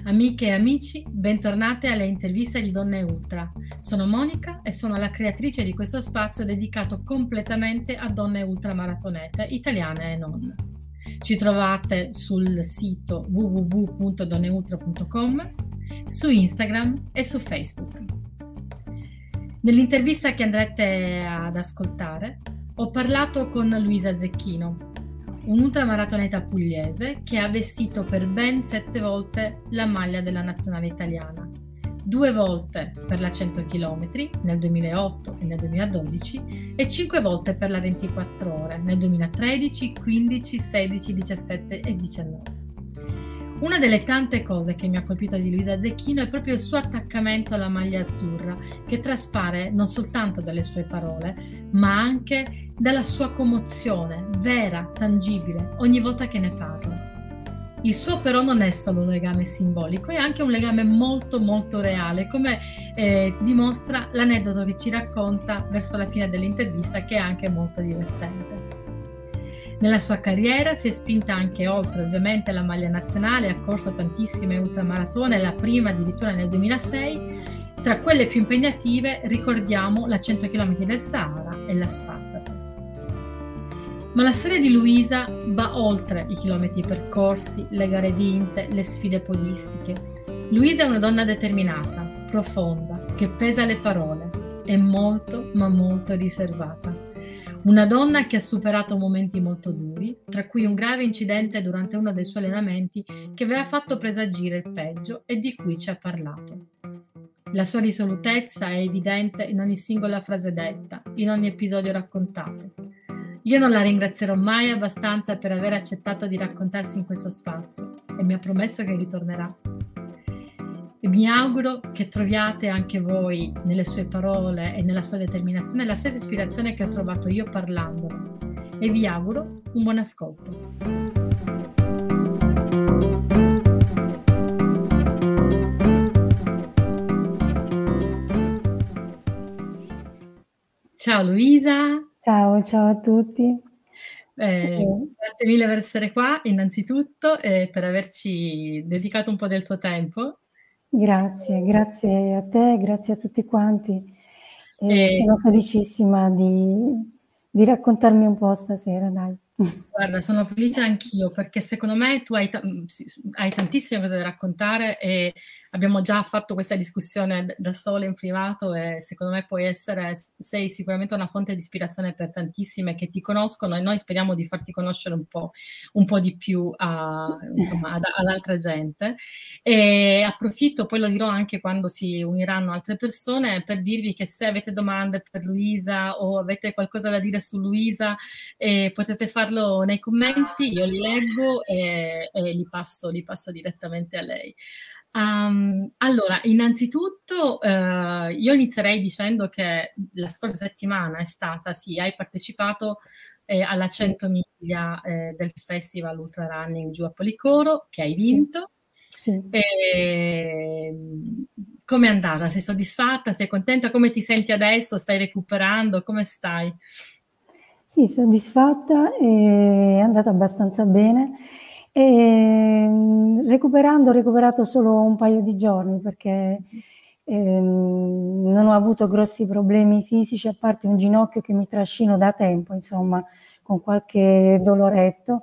Amiche e amici, bentornate alle interviste di Donne Ultra. Sono Monica e sono la creatrice di questo spazio dedicato completamente a donne ultramaratonete, italiane e non. Ci trovate sul sito www.donneultra.com, su Instagram e su Facebook. Nell'intervista che andrete ad ascoltare ho parlato con Luisa Zecchino, un'ultramaratoneta pugliese che ha vestito per ben 7 volte la maglia della nazionale italiana, 2 volte per la 100 km nel 2008 e nel 2012 e 5 volte per la 24 ore nel 2013, 15, 16, 17 e 19. Una delle tante cose che mi ha colpito di Luisa Zecchino è proprio il suo attaccamento alla maglia azzurra, che traspare non soltanto dalle sue parole, ma anche dalla sua commozione, vera, tangibile, ogni volta che ne parla. Il suo però non è solo un legame simbolico, è anche un legame molto molto reale, come dimostra l'aneddoto che ci racconta verso la fine dell'intervista, che è anche molto divertente. Nella sua carriera si è spinta anche oltre, ovviamente, la maglia nazionale, ha corso tantissime ultramaratone, la prima addirittura nel 2006. Tra quelle più impegnative ricordiamo la 100 km del Sahara e la Spartathlon. Ma la storia di Luisa va oltre i chilometri percorsi, le gare vinte, le sfide podistiche. Luisa è una donna determinata, profonda, che pesa le parole, è molto ma molto riservata. Una donna che ha superato momenti molto duri, tra cui un grave incidente durante uno dei suoi allenamenti che aveva fatto presagire il peggio e di cui ci ha parlato. La sua risolutezza è evidente in ogni singola frase detta, in ogni episodio raccontato. Io non la ringrazierò mai abbastanza per aver accettato di raccontarsi in questo spazio e mi ha promesso che ritornerà. E mi auguro che troviate anche voi nelle sue parole e nella sua determinazione la stessa ispirazione che ho trovato io parlandone. E vi auguro un buon ascolto. Ciao Luisa. Ciao a tutti. Grazie mille per essere qua innanzitutto e per averci dedicato un po' del tuo tempo. Grazie a te, grazie a tutti quanti. Sono felicissima di raccontarmi un po' stasera, dai. Guarda, sono felice anch'io perché secondo me tu hai tantissime cose da raccontare e abbiamo già fatto questa discussione da sole in privato e secondo me sei sicuramente una fonte di ispirazione per tantissime che ti conoscono e noi speriamo di farti conoscere un po' di più ad altra gente. E approfitto, poi lo dirò anche quando si uniranno altre persone, per dirvi che se avete domande per Luisa o avete qualcosa da dire su Luisa, potete farlo nei commenti, io li leggo e li passo direttamente a lei. Allora, innanzitutto io inizierei dicendo che la scorsa settimana hai partecipato alla 100 miglia del Festival Ultra Running giù a Policoro, che hai vinto. Sì. Com'è andata? Sei soddisfatta? Sei contenta? Come ti senti adesso? Stai recuperando? Come stai? Sì, soddisfatta, è andata abbastanza bene. Ho recuperato solo un paio di giorni perché non ho avuto grossi problemi fisici, a parte un ginocchio che mi trascino da tempo, insomma, con qualche doloretto.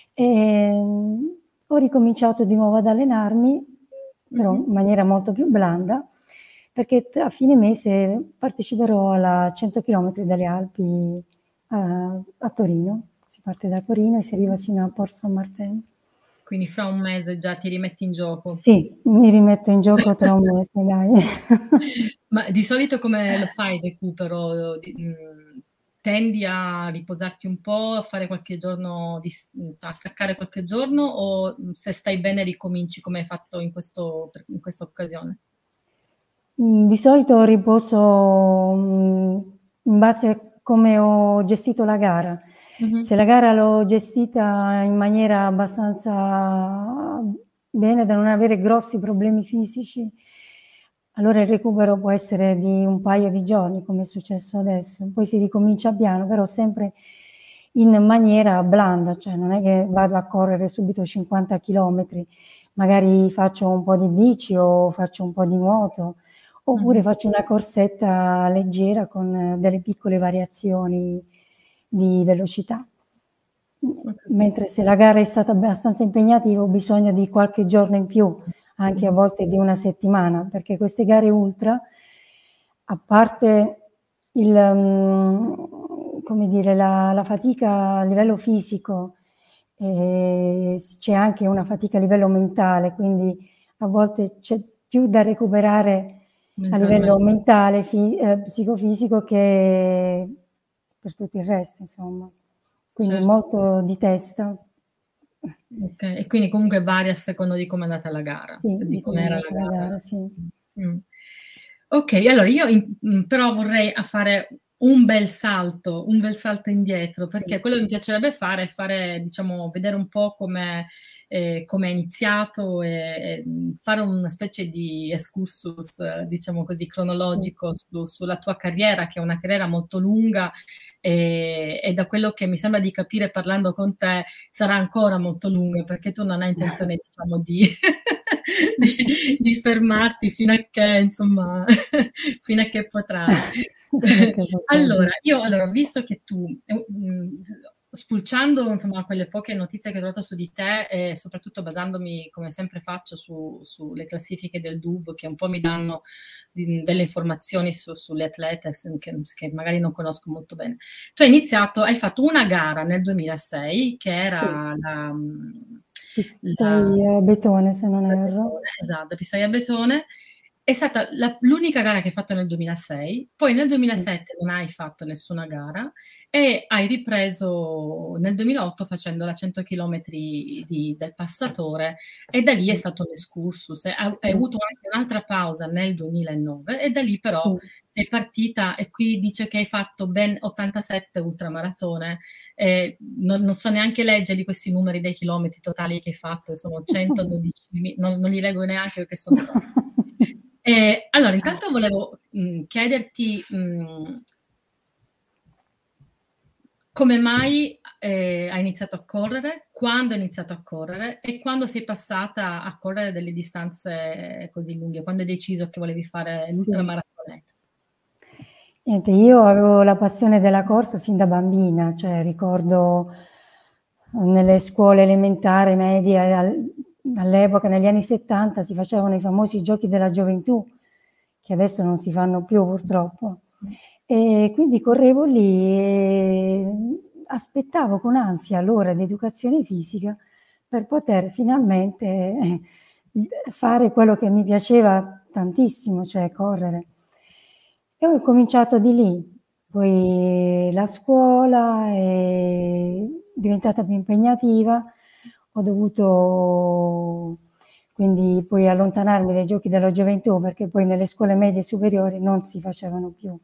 Ho ricominciato di nuovo ad allenarmi, però in maniera molto più blanda, perché a fine mese parteciperò alla 100 km dalle Alpi a Torino. Si parte da Torino e si arriva sino a Port Saint-Martin. Quindi fra un mese già ti rimetti in gioco? Sì, mi rimetto in gioco tra un mese, dai. Ma di solito come lo fai il recupero? Tendi a riposarti un po', a fare qualche giorno, a staccare qualche giorno, o se stai bene ricominci come hai fatto in questa occasione? Di solito riposo in base a come ho gestito la gara. Se la gara l'ho gestita in maniera abbastanza bene da non avere grossi problemi fisici, allora il recupero può essere di un paio di giorni, come è successo adesso. Poi si ricomincia piano, però sempre in maniera blanda, cioè non è che vado a correre subito 50 chilometri, magari faccio un po' di bici o faccio un po' di nuoto, oppure faccio una corsetta leggera con delle piccole variazioni di velocità. Mentre se la gara è stata abbastanza impegnativa ho bisogno di qualche giorno in più, anche a volte di una settimana, perché queste gare ultra, a parte come dire, la fatica a livello fisico, c'è anche una fatica a livello mentale, quindi a volte c'è più da recuperare a livello mentale, psicofisico, che per tutto il resto, insomma. Quindi certo. molto di testa. Ok, e quindi comunque varia a secondo di come è andata la gara, Sì, di di come come è era andata la gara, sì. Ok, allora io però vorrei fare un bel salto indietro, perché Sì. quello che mi piacerebbe fare è fare, diciamo, vedere un po' come è iniziato e fare una specie di excursus, diciamo così, cronologico sulla tua carriera, che è una carriera molto lunga e da quello che mi sembra di capire parlando con te sarà ancora molto lunga, perché tu non hai intenzione, diciamo, di fermarti fino a che, insomma, fino a che potrai. Allora, visto che tu, spulciando, insomma, quelle poche notizie che ho trovato su di te e soprattutto basandomi, come sempre faccio, sulle classifiche del DUV, che un po' mi danno delle informazioni sulle atlete che magari non conosco molto bene. Tu hai fatto una gara nel 2006 che era Pistoia Betone, se non erro. Esatto, Pistoia Betone. È stata l'unica gara che hai fatto nel 2006, poi nel 2007 non hai fatto nessuna gara e hai ripreso nel 2008 facendo la 100 km del passatore e da lì è stato un excursus. Hai avuto anche un'altra pausa nel 2009 e da lì però sei partita e qui dice che hai fatto ben 87 ultramaratone. Non so neanche leggerli questi numeri dei chilometri totali che hai fatto, sono 112, non li leggo neanche perché sono troppi. Allora, intanto volevo chiederti come mai hai iniziato a correre, quando hai iniziato a correre e quando sei passata a correre delle distanze così lunghe, quando hai deciso che volevi fare l'ultramaratoneta. Niente, io avevo la passione della corsa sin da bambina, cioè ricordo nelle scuole elementari, medie, all'epoca, negli anni 70, si facevano i famosi giochi della gioventù, che adesso non si fanno più purtroppo. E quindi correvo lì e aspettavo con ansia l'ora di educazione fisica per poter finalmente fare quello che mi piaceva tantissimo, cioè correre. E ho cominciato di lì, poi la scuola è diventata più impegnativa, ho dovuto quindi poi allontanarmi dai giochi della gioventù perché poi nelle scuole medie superiori non si facevano più.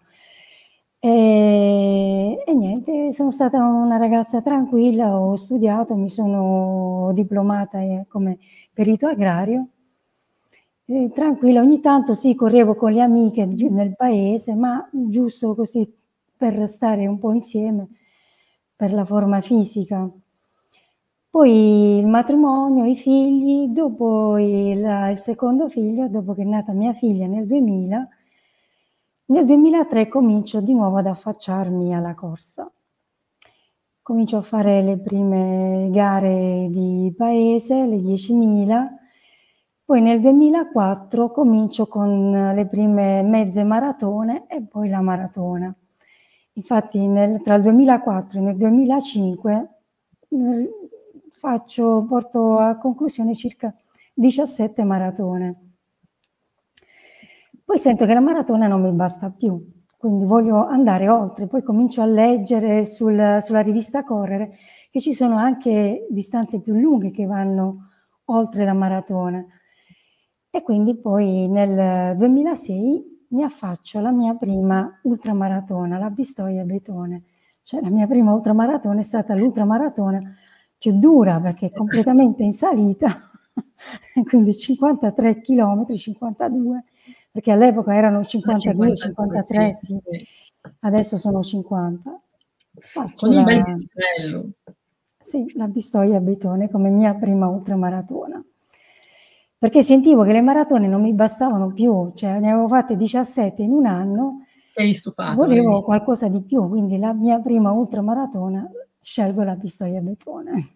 E niente, sono stata una ragazza tranquilla, ho studiato, mi sono diplomata come perito agrario. Tranquilla, ogni tanto sì, correvo con le amiche nel paese, ma giusto così per stare un po' insieme, per la forma fisica. Poi il matrimonio, i figli, dopo il secondo figlio, dopo che è nata mia figlia nel 2000, nel 2003 comincio di nuovo ad affacciarmi alla corsa. Comincio a fare le prime gare di paese, le 10.000, poi nel 2004 comincio con le prime mezze maratone e poi la maratona. Infatti tra il 2004 e il 2005 porto a conclusione circa 17 maratone. Poi sento che la maratona non mi basta più, quindi voglio andare oltre. Poi comincio a leggere sulla rivista Correre che ci sono anche distanze più lunghe che vanno oltre la maratona. E quindi poi nel 2006 mi affaccio alla mia prima ultramaratona, la Pistoia Betone. Cioè la mia prima ultramaratona è stata l'ultramaratona più dura perché è completamente in salita, quindi 53 chilometri, 52, perché all'epoca erano 52, 53, sì. Adesso sono 50. faccio Con un bel la dislivello. sì, la Pistoia a Betone come mia prima ultramaratona. Perché sentivo che le maratone non mi bastavano più, cioè ne avevo fatte 17 in un anno, Eri stufato, volevo qualcosa di più, quindi la mia prima ultramaratona scelgo la Pistoia a Betone.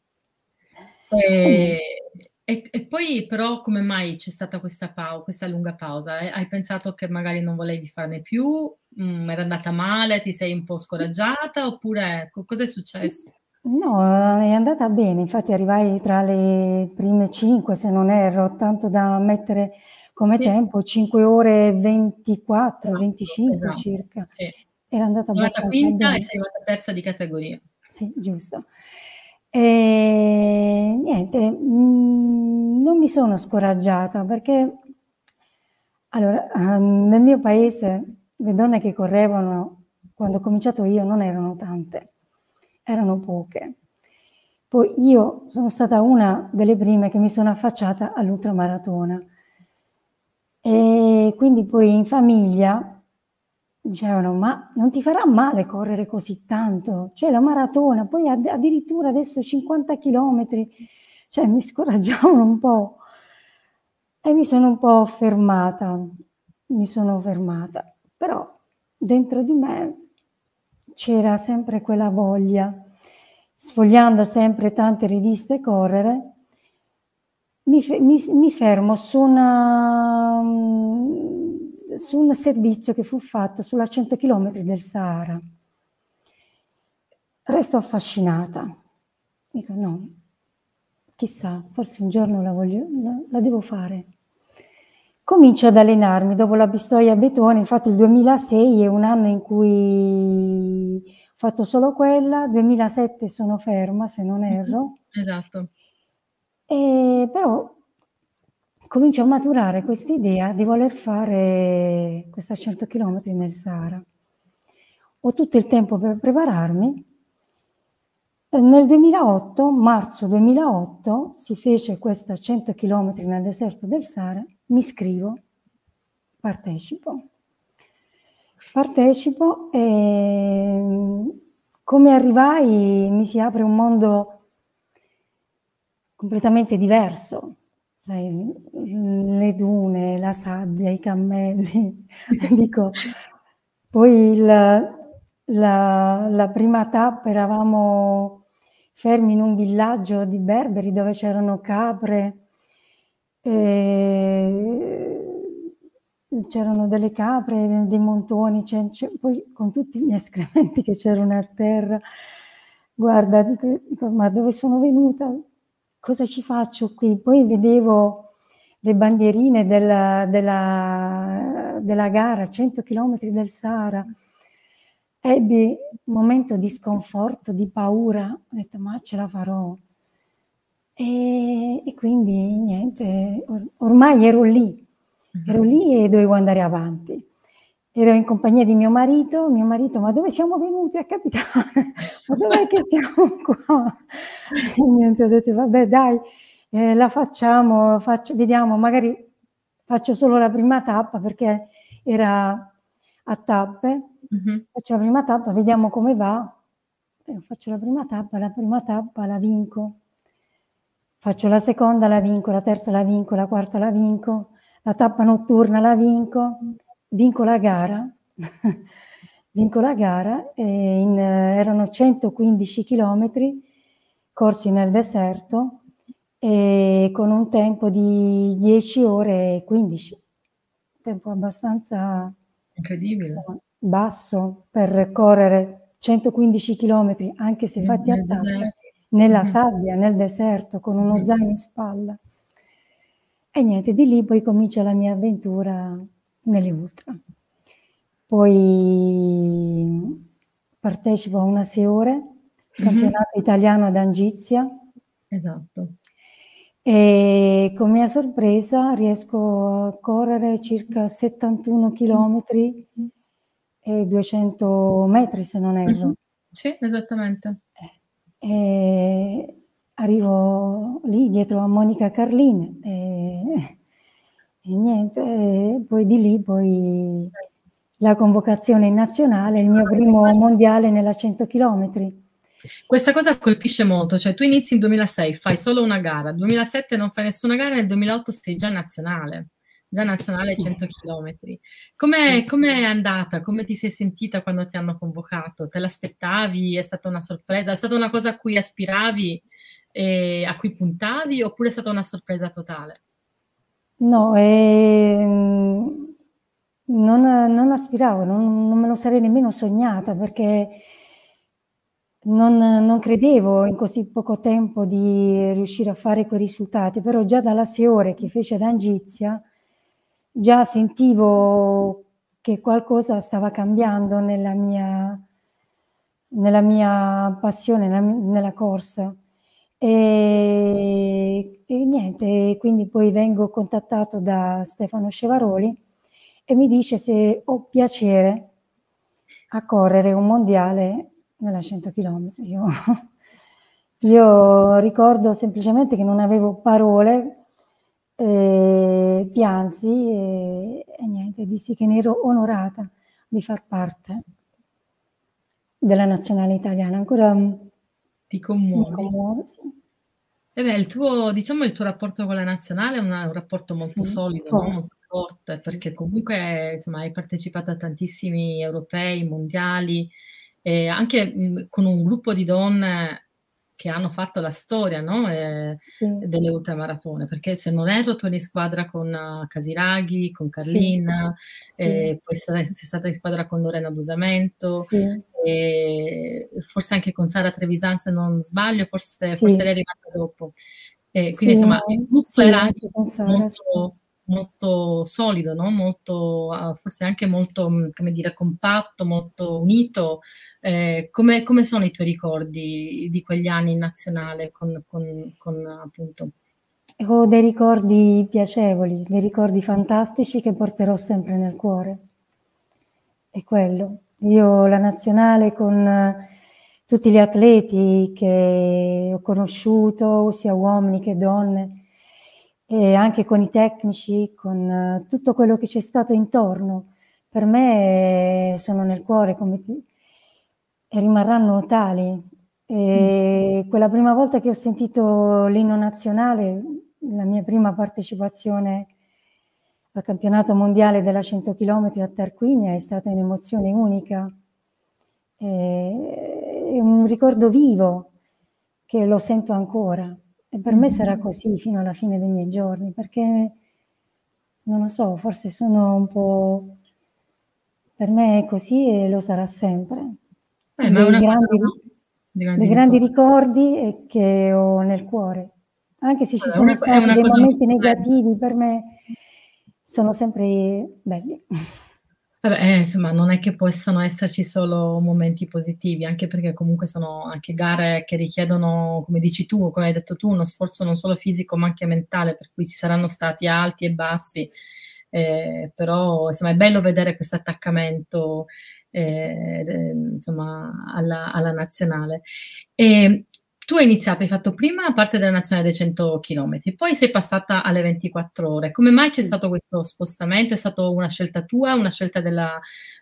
E, e poi però come mai c'è stata questa lunga pausa? Hai pensato che magari non volevi farne più? Era andata male? Ti sei un po' scoraggiata? Oppure cosa è successo? No, è andata bene, infatti arrivai tra le prime 5 se non erro, tanto da mettere come Sì. tempo 5 ore e 24, 25 Esatto, circa. sì. Era andata Sei arrivata abbastanza quinta e bene. sei arrivata terza di categoria. Sì, giusto. Niente, non mi sono scoraggiata perché allora, nel mio paese le donne che correvano quando ho cominciato io non erano tante, erano poche. Poi io sono stata una delle prime che mi sono affacciata all'ultramaratona e quindi poi in famiglia dicevano: "Ma non ti farà male correre così tanto? C'è la maratona, poi addirittura adesso 50 chilometri", cioè mi scoraggiavano un po'. E mi sono un po' fermata, però dentro di me c'era sempre quella voglia, sfogliando sempre tante riviste correre, mi fermo su un servizio che fu fatto sulla 100 chilometri del Sahara. Resto affascinata. Dico: "No, chissà, forse un giorno la devo fare". Comincio ad allenarmi dopo la Pistoia a Betone, infatti il 2006 è un anno in cui ho fatto solo quella, 2007 sono ferma se non Mh-mh. erro. Esatto. Però comincio a maturare quest'idea di voler fare questa 100 chilometri nel Sahara. Ho tutto il tempo per prepararmi. Nel 2008, marzo 2008, si fece questa 100 chilometri nel deserto del Sahara, mi iscrivo, partecipo. Partecipo e come arrivai mi si apre un mondo completamente diverso, sai, le dune, la sabbia, i cammelli. Dico, poi la prima tappa eravamo fermi in un villaggio di berberi dove c'erano capre, c'erano delle capre, dei montoni, poi con tutti gli escrementi che c'erano a terra. Guarda, dico: "Ma dove sono venuta? Cosa ci faccio qui?" Poi vedevo le bandierine della gara, 100 chilometri del Sahara. Ebbi un momento di sconforto, di paura, ho detto: "Ma ce la farò?" E quindi niente, ormai ero lì e dovevo andare avanti. Ero in compagnia di mio marito: "Ma dove siamo venuti a capitare? Ma dov'è che siamo qua?" E niente, ho detto: "Vabbè dai, la facciamo, vediamo, magari faccio solo la prima tappa", perché era a tappe. Mh-mh. Faccio la prima tappa, vediamo come va. Faccio la prima tappa la vinco. Faccio la seconda, la vinco, la terza la vinco, la quarta la vinco, la tappa notturna la vinco, vinco la gara. Vinco la gara e erano 115 chilometri corsi nel deserto e con un tempo di 10 ore e 15. Tempo abbastanza, Incredibile. insomma, basso per correre 115 chilometri, anche se fatti a Nel tappe, deserto. nella Mh-mh. sabbia, nel deserto, con uno Mh-mh. zaino in spalla. E niente, di lì poi comincia la mia avventura nelle ultra. Poi partecipo a una Seore, Mh-mh. campionato italiano ad Angizia, Esatto. e con mia sorpresa riesco a correre circa 71 chilometri e 200 metri se non Mh-mh. erro. Sì, esattamente. Arrivo lì dietro a Monica Carlin e niente, e poi di lì la convocazione in nazionale, il mio primo mondiale nella 100 chilometri. Questa cosa colpisce molto, cioè tu inizi in 2006, fai solo una gara, 2007 non fai nessuna gara, nel 2008 sei già nazionale 100 chilometri. Com'è è andata? Come ti sei sentita quando ti hanno convocato? Te l'aspettavi? È stata una sorpresa? È stata una cosa a cui aspiravi e a cui puntavi oppure è stata una sorpresa totale? No, non aspiravo, non me lo sarei nemmeno sognata perché non credevo in così poco tempo di riuscire a fare quei risultati, però già dalle 6 ore che fece ad Angizia già sentivo che qualcosa stava cambiando nella mia passione, nella corsa. E niente, quindi poi vengo contattato da Stefano Scevaroli e mi dice se ho piacere a correre un mondiale nella 100 chilometri. Io ricordo semplicemente che non avevo parole, piansi e niente, dissi che ne ero onorata di far parte della nazionale italiana. Ancora ti commuovi? Mi commuovo, sì. Il tuo rapporto con la nazionale è un rapporto molto solido, no? Molto forte, perché comunque insomma, hai partecipato a tantissimi europei, mondiali, anche con un gruppo di donne che hanno fatto la storia, no? Delle ultramaratone, perché se non erro tu eri in squadra con Casiraghi, con Carlin, poi sei stata in squadra con Lorena Busamento, e forse anche con Sara Trevisan se non sbaglio, forse lei è arrivata dopo. Quindi insomma il gruppo era anche molto solido, no? Molto, forse anche molto, come dire, compatto, molto unito. Come sono i tuoi ricordi di quegli anni in nazionale con appunto? Ho dei ricordi piacevoli, dei ricordi fantastici che porterò sempre nel cuore. È quello. Io la nazionale con tutti gli atleti che ho conosciuto, sia uomini che donne, e anche con i tecnici, con tutto quello che c'è stato intorno, per me sono nel cuore e rimarranno tali. E quella prima volta che ho sentito l'inno nazionale, la mia prima partecipazione al campionato mondiale della 100 km a Tarquinia è stata un'emozione unica. È un ricordo vivo che lo sento ancora e per me sarà così fino alla fine dei miei giorni, perché non lo so, forse sono un po', per me è così e lo sarà sempre. Dei grandi ricordi che ho nel cuore, anche se ci sono stati dei momenti negativi, per me sono sempre belli. Vabbè, insomma, non è che possano esserci solo momenti positivi, anche perché comunque sono anche gare che richiedono, come dici tu, come hai detto tu, uno sforzo non solo fisico ma anche mentale, per cui ci saranno stati alti e bassi, però insomma è bello vedere questo attaccamento insomma, alla nazionale. E tu hai iniziato, hai fatto prima la parte della nazionale dei 100 chilometri, poi sei passata alle 24 ore. Come mai c'è stato questo spostamento? È stata una scelta tua, una scelta della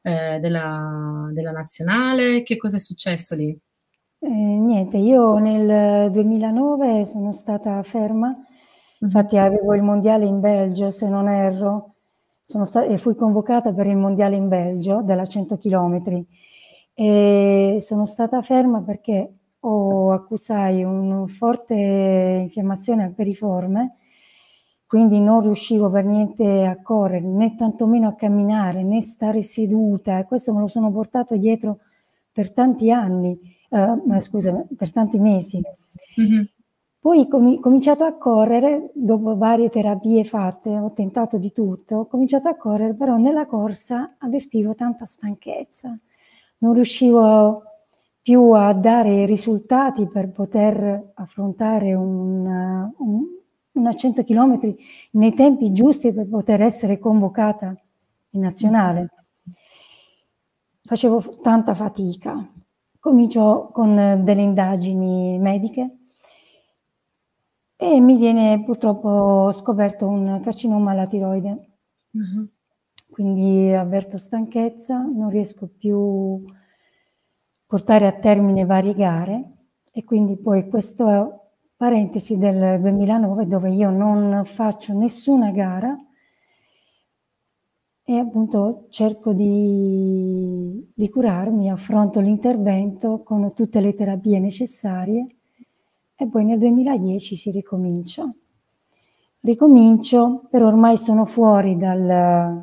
nazionale? Che cosa è successo lì? Niente, io nel 2009 sono stata ferma, infatti avevo il mondiale in Belgio, se non erro, e fui convocata per il mondiale in Belgio della 100 chilometri e sono stata ferma perché accusai una forte infiammazione al periforme, quindi non riuscivo per niente a correre, né tantomeno a camminare, né stare seduta, e questo me lo sono portato dietro per tanti anni, scusa, per tanti mesi. Poi ho cominciato a correre, dopo varie terapie fatte, ho tentato di tutto, ho cominciato a correre, però nella corsa avvertivo tanta stanchezza, non riuscivo più a dare risultati per poter affrontare una 100 chilometri nei tempi giusti per poter essere convocata in nazionale. Facevo tanta fatica. Comincio con delle indagini mediche e mi viene purtroppo scoperto un carcinoma alla tiroide. quindi avverto stanchezza, non riesco più a portare a termine varie gare, e quindi poi questa parentesi del 2009 dove io non faccio nessuna gara e appunto cerco di curarmi, affronto l'intervento con tutte le terapie necessarie e poi nel 2010 si ricomincia. Ricomincio, però ormai sono fuori dalla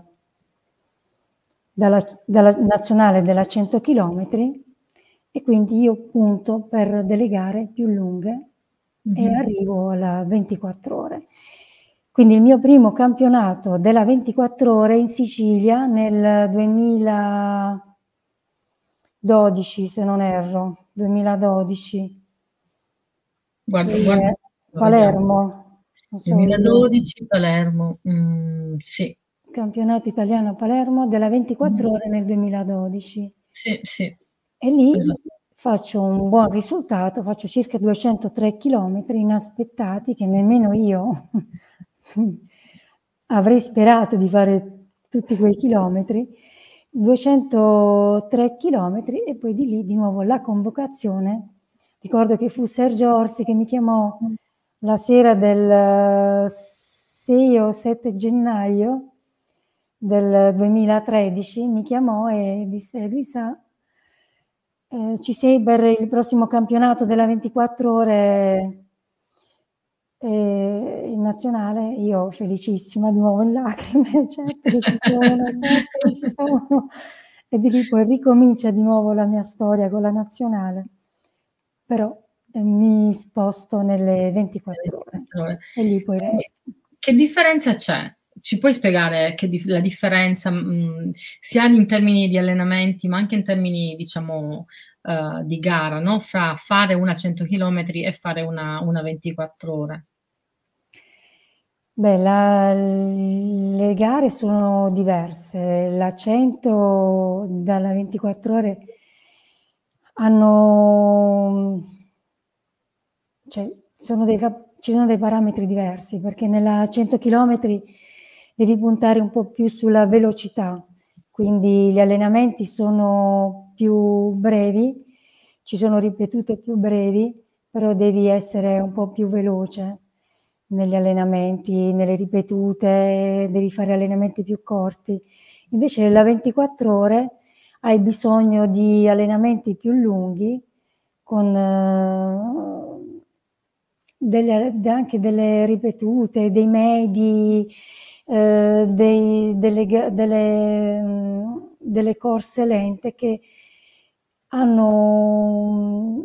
nazionale della 100 km e quindi io punto per delle gare più lunghe e arrivo alla 24 ore. Quindi il mio primo campionato della 24 ore in Sicilia nel 2012, se non erro, 2012. Guarda, Palermo. Non so, 2012, Palermo, sì. Campionato italiano a Palermo della 24 ore nel 2012. Sì, sì. E lì faccio un buon risultato, faccio circa 203 chilometri inaspettati che nemmeno io avrei sperato di fare tutti quei chilometri. 203 chilometri e poi di lì di nuovo la convocazione. Ricordo che fu Sergio Orsi che mi chiamò la sera del 6 o 7 gennaio del 2013, mi chiamò e disse: Luisa, ci sei per il prossimo campionato della 24 ore in nazionale? Io felicissima, di nuovo in lacrime, certo che ci sono, certo che ci sono. E di lì poi ricomincia di nuovo la mia storia con la nazionale, però mi sposto nelle 24 ore e lì poi resto. Che differenza c'è? Ci puoi spiegare la differenza sia in termini di allenamenti ma anche in termini, diciamo, di gara, no? Fra fare una 100 km e fare una 24 ore? Beh, le gare sono diverse. La 100 dalla 24 ore hanno, cioè, ci sono dei parametri diversi, perché nella 100 km devi puntare un po' più sulla velocità, quindi gli allenamenti sono più brevi, ci sono ripetute più brevi, però devi essere un po' più veloce negli allenamenti, nelle ripetute, devi fare allenamenti più corti. Invece nella 24 ore hai bisogno di allenamenti più lunghi con anche delle ripetute, dei medi, delle corse lente che hanno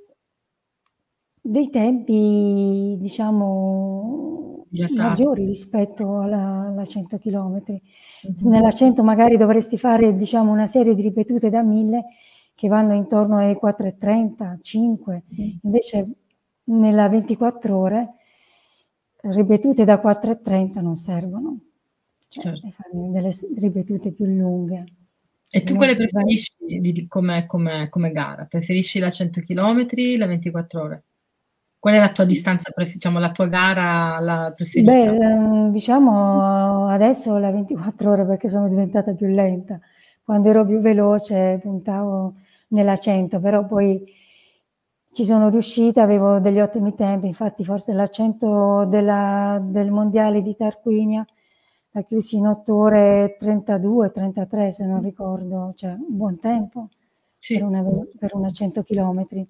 dei tempi, diciamo, maggiori rispetto alla 100 km. Nella 100 magari dovresti fare, diciamo, una serie di ripetute da 1000 che vanno intorno ai 4,30, 5. Invece nella 24 ore ripetute da 4,30 non servono. Cioè, devi fare delle ripetute più lunghe. E tu quale preferisci come gara? Preferisci la 100 km, la 24 ore? Qual è la tua distanza, diciamo, la tua gara preferita? Beh, diciamo adesso la 24 ore perché sono diventata più lenta. Quando ero più veloce puntavo nella 100, però poi ci sono riuscita, avevo degli ottimi tempi, infatti forse la 100 del mondiale di Tarquinia la chiusi in 8 ore 32, 33 se non ricordo, cioè un buon tempo per una 100 chilometri.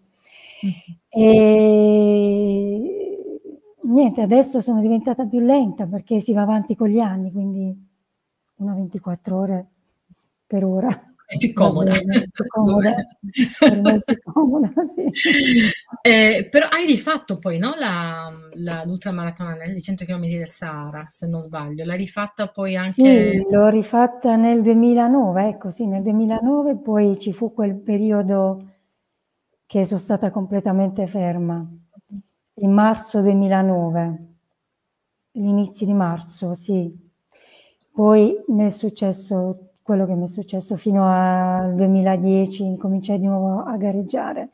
E niente, adesso sono diventata più lenta perché si va avanti con gli anni, quindi una 24 ore per ora. È più comoda. Più comoda, per me è più comoda, sì. Però hai rifatto poi, no, l'ultramaratona di 100 km del Sahara, se non sbaglio. L'hai rifatta poi anche... Sì, l'ho rifatta nel 2009, ecco sì, nel 2009, poi ci fu quel periodo che sono stata completamente ferma, in marzo 2009, gli di marzo, sì. Poi mi è successo quello che mi è successo fino al 2010, cominciai di nuovo a gareggiare.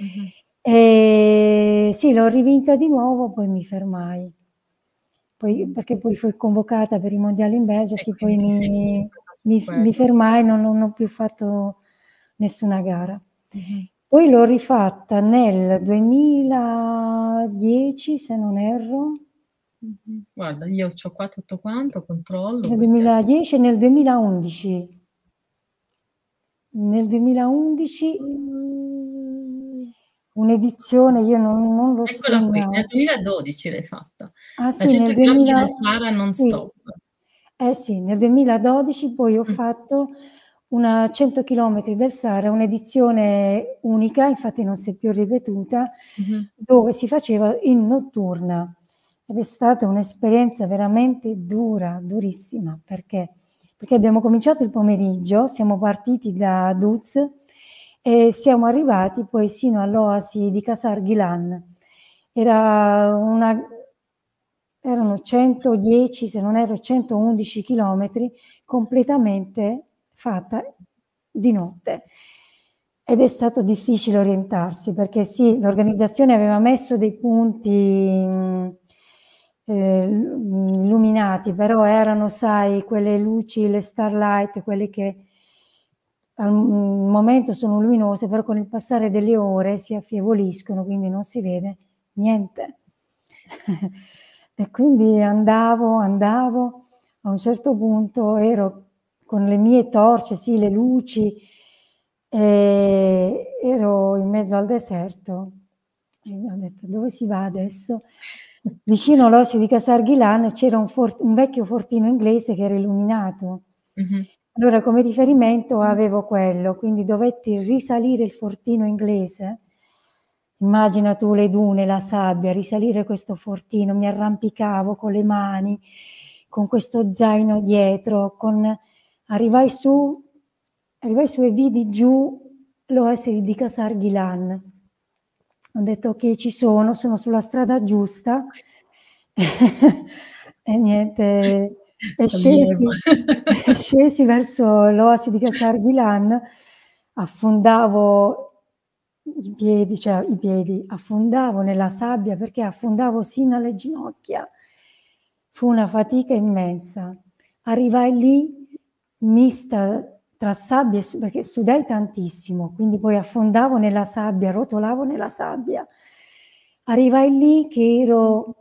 E sì, l'ho rivinta di nuovo, poi mi fermai. Poi, perché poi fui convocata per i mondiali in Belgio, sì, poi mi fermai, non ho più fatto nessuna gara. Mm-hmm. Poi l'ho rifatta nel 2010, se non erro. Guarda, io ho qua tutto quanto, controllo. Nel 2010 e nel 2011. Nel 2011 un'edizione, io non l'ho Eccola qui, nel segnata. 2012 l'hai fatta. Ah La sì, 100 nel km 2000, del Sahara non sì. stop. Sì, nel 2012 poi ho fatto una 100 km del Sahara, un'edizione unica, infatti non si è più ripetuta, dove si faceva in notturna. Ed è stata un'esperienza veramente dura, durissima, perché abbiamo cominciato il pomeriggio, siamo partiti da Duz e siamo arrivati poi sino all'oasi di Qasr Gilan. Erano 110, se non erro 111 chilometri, completamente fatta di notte. Ed è stato difficile orientarsi, perché sì, l'organizzazione aveva messo dei punti illuminati, però erano, sai, quelle luci, le starlight, quelle che al momento sono luminose, però con il passare delle ore si affievoliscono, quindi non si vede niente. E quindi andavo, a un certo punto ero con le mie torce, sì, le luci, e ero in mezzo al deserto. E ho detto, dove si va adesso? Vicino all'oasi di Qasr Gilan c'era un vecchio fortino inglese che era illuminato. Allora, come riferimento avevo quello, quindi dovetti risalire il fortino inglese. Immagina tu le dune, la sabbia, risalire questo fortino, mi arrampicavo con le mani, con questo zaino dietro, arrivai su e vidi giù l'oasi di Qasr Gilan. Ho detto ok, sono sulla strada giusta e niente, e scesi verso l'oasi di Qasr Gilan, affondavo i piedi, affondavo nella sabbia perché affondavo sino alle ginocchia. Fu una fatica immensa. Arrivai lì mista tra sabbia perché sudai tantissimo, quindi poi affondavo nella sabbia, rotolavo nella sabbia. Arrivai lì che ero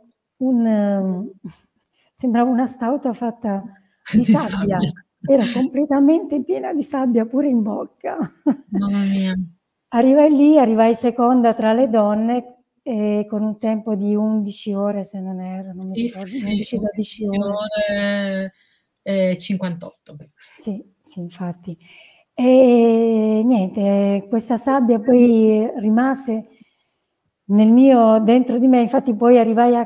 sembrava una stauta fatta di sabbia. Ero completamente piena di sabbia pure in bocca. Mamma mia. Arrivai seconda tra le donne con un tempo di 11 ore, se non erro, non mi ricordo, 11-12 ore. 58. Sì, infatti. E niente, questa sabbia poi rimase dentro di me, infatti poi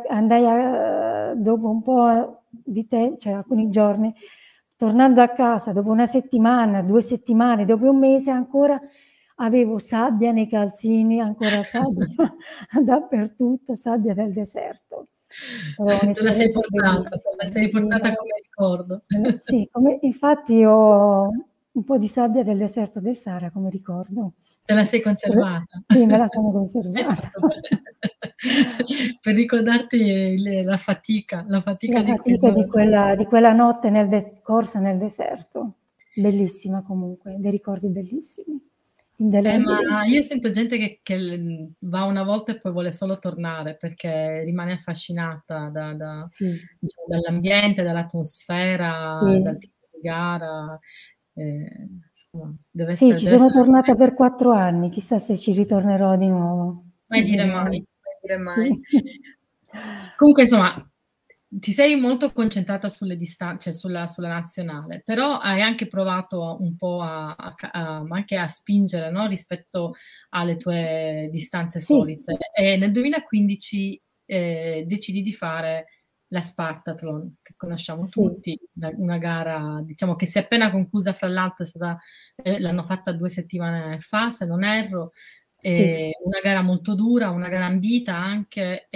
dopo un po' di tempo, cioè alcuni giorni, tornando a casa dopo una settimana, 2 settimane, dopo un mese ancora avevo sabbia nei calzini, ancora sabbia dappertutto, sabbia del deserto. Te la sei portata come ricordo. Sì, infatti ho un po' di sabbia del deserto del Sahara come ricordo. Te la sei conservata? Sì, me la sono conservata. Per ricordarti la fatica di quella notte corsa nel deserto. Bellissima comunque, dei ricordi bellissimi. Ma io sento gente che va una volta e poi vuole solo tornare perché rimane affascinata diciamo, dall'ambiente, dall'atmosfera, dal tipo di gara. Insomma, Sì, ci sono tornata per 4 anni, chissà se ci ritornerò di nuovo. Mai dire mai. Sì. Comunque, insomma, ti sei molto concentrata sulle distanze, cioè sulla nazionale, però hai anche provato un po' anche a spingere, no? Rispetto alle tue distanze solite. E nel 2015 decidi di fare la Spartathlon, che conosciamo tutti, una gara, diciamo, che si è appena conclusa, fra l'altro l'hanno fatta 2 settimane fa, se non erro. Una gara molto dura, una gara ambita anche.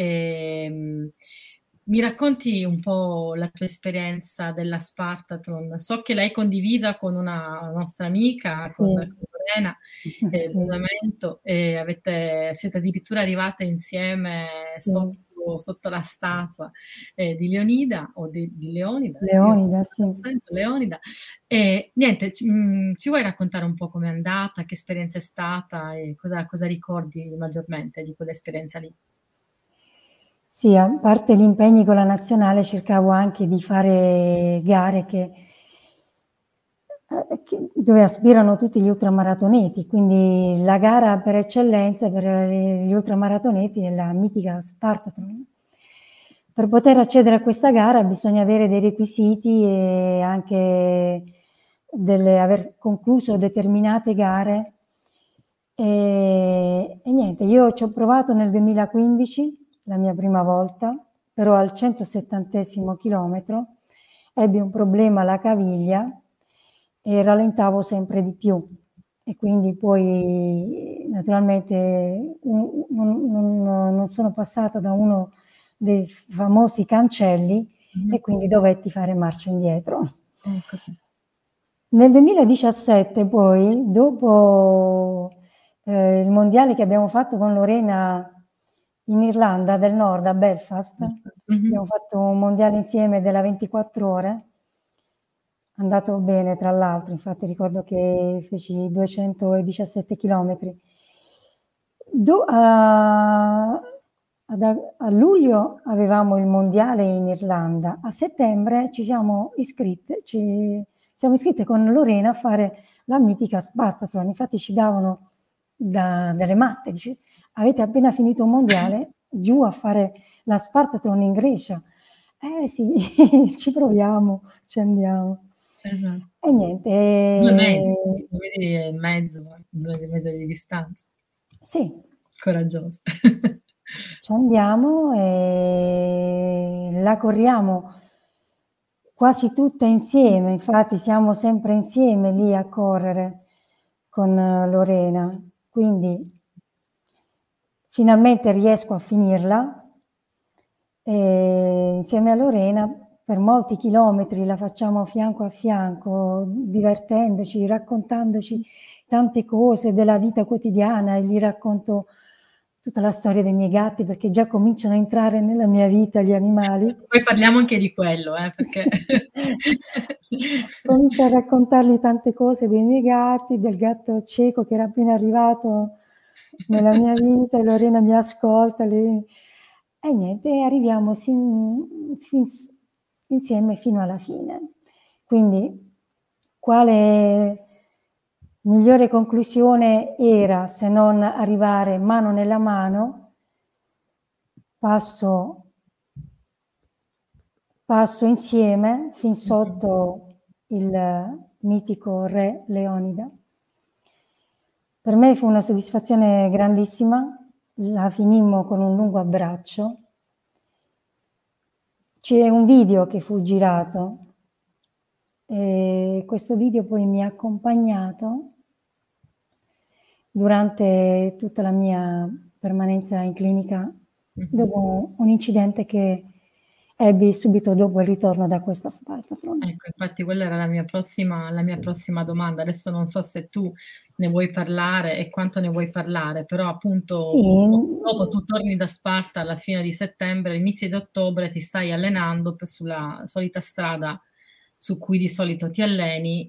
Mi racconti un po' la tua esperienza della Spartathlon? So che l'hai condivisa con una nostra amica, con Lorena, Buonamento, e siete addirittura arrivate insieme sotto sotto la statua di Leonida o di Leonida, adesso io Leonida, sì. Leonida. E niente, ci vuoi raccontare un po' com'è andata, che esperienza è stata e cosa ricordi maggiormente di quell'esperienza lì? Sì, a parte gli impegni con la nazionale cercavo anche di fare gare dove aspirano tutti gli ultramaratoneti, quindi la gara per eccellenza per gli ultramaratoneti è la mitica Spartathlon. Per poter accedere a questa gara bisogna avere dei requisiti e anche aver concluso determinate gare e niente, io ci ho provato nel 2015, la mia prima volta, però al 170° chilometro ebbi un problema alla caviglia e rallentavo sempre di più e quindi poi naturalmente non sono passata da uno dei famosi cancelli e quindi dovetti fare marcia indietro. Nel 2017 poi, dopo il mondiale che abbiamo fatto con Lorena in Irlanda del Nord, a Belfast, abbiamo fatto un mondiale insieme della 24 ore, andato bene tra l'altro, infatti ricordo che feci 217 chilometri. A luglio avevamo il mondiale in Irlanda, a settembre ci siamo iscritte con Lorena a fare la mitica Spartathlon, infatti ci davano delle mappe, dice, avete appena finito un mondiale, giù a fare la Spartathlon in Grecia. Sì, ci proviamo, ci andiamo. Esatto. E niente. 2 mesi e mezzo, 2 mesi e mezzo di distanza. Sì. Coraggiosa. Ci andiamo e la corriamo quasi tutta insieme, infatti siamo sempre insieme lì a correre con Lorena, quindi finalmente riesco a finirla e insieme a Lorena per molti chilometri la facciamo fianco a fianco, divertendoci, raccontandoci tante cose della vita quotidiana e gli racconto tutta la storia dei miei gatti perché già cominciano a entrare nella mia vita gli animali. Poi parliamo anche di quello, perché comincio a raccontargli tante cose dei miei gatti, del gatto cieco che era appena arrivato nella mia vita e Lorena mi ascolta e niente, arriviamo insieme fino alla fine. Quindi quale migliore conclusione era se non arrivare mano nella mano, passo insieme fin sotto il mitico re Leonida. Per me fu una soddisfazione grandissima, la finimmo con un lungo abbraccio. C'è un video che fu girato e questo video poi mi ha accompagnato durante tutta la mia permanenza in clinica dopo un incidente che ebbi subito dopo il ritorno da questa Spartathlon. Ecco, infatti quella era la mia prossima domanda. Adesso non so se tu ne vuoi parlare e quanto ne vuoi parlare, però appunto Sì. dopo tu torni da Sparta alla fine di settembre, all'inizio di ottobre ti stai allenando sulla solita strada su cui di solito ti alleni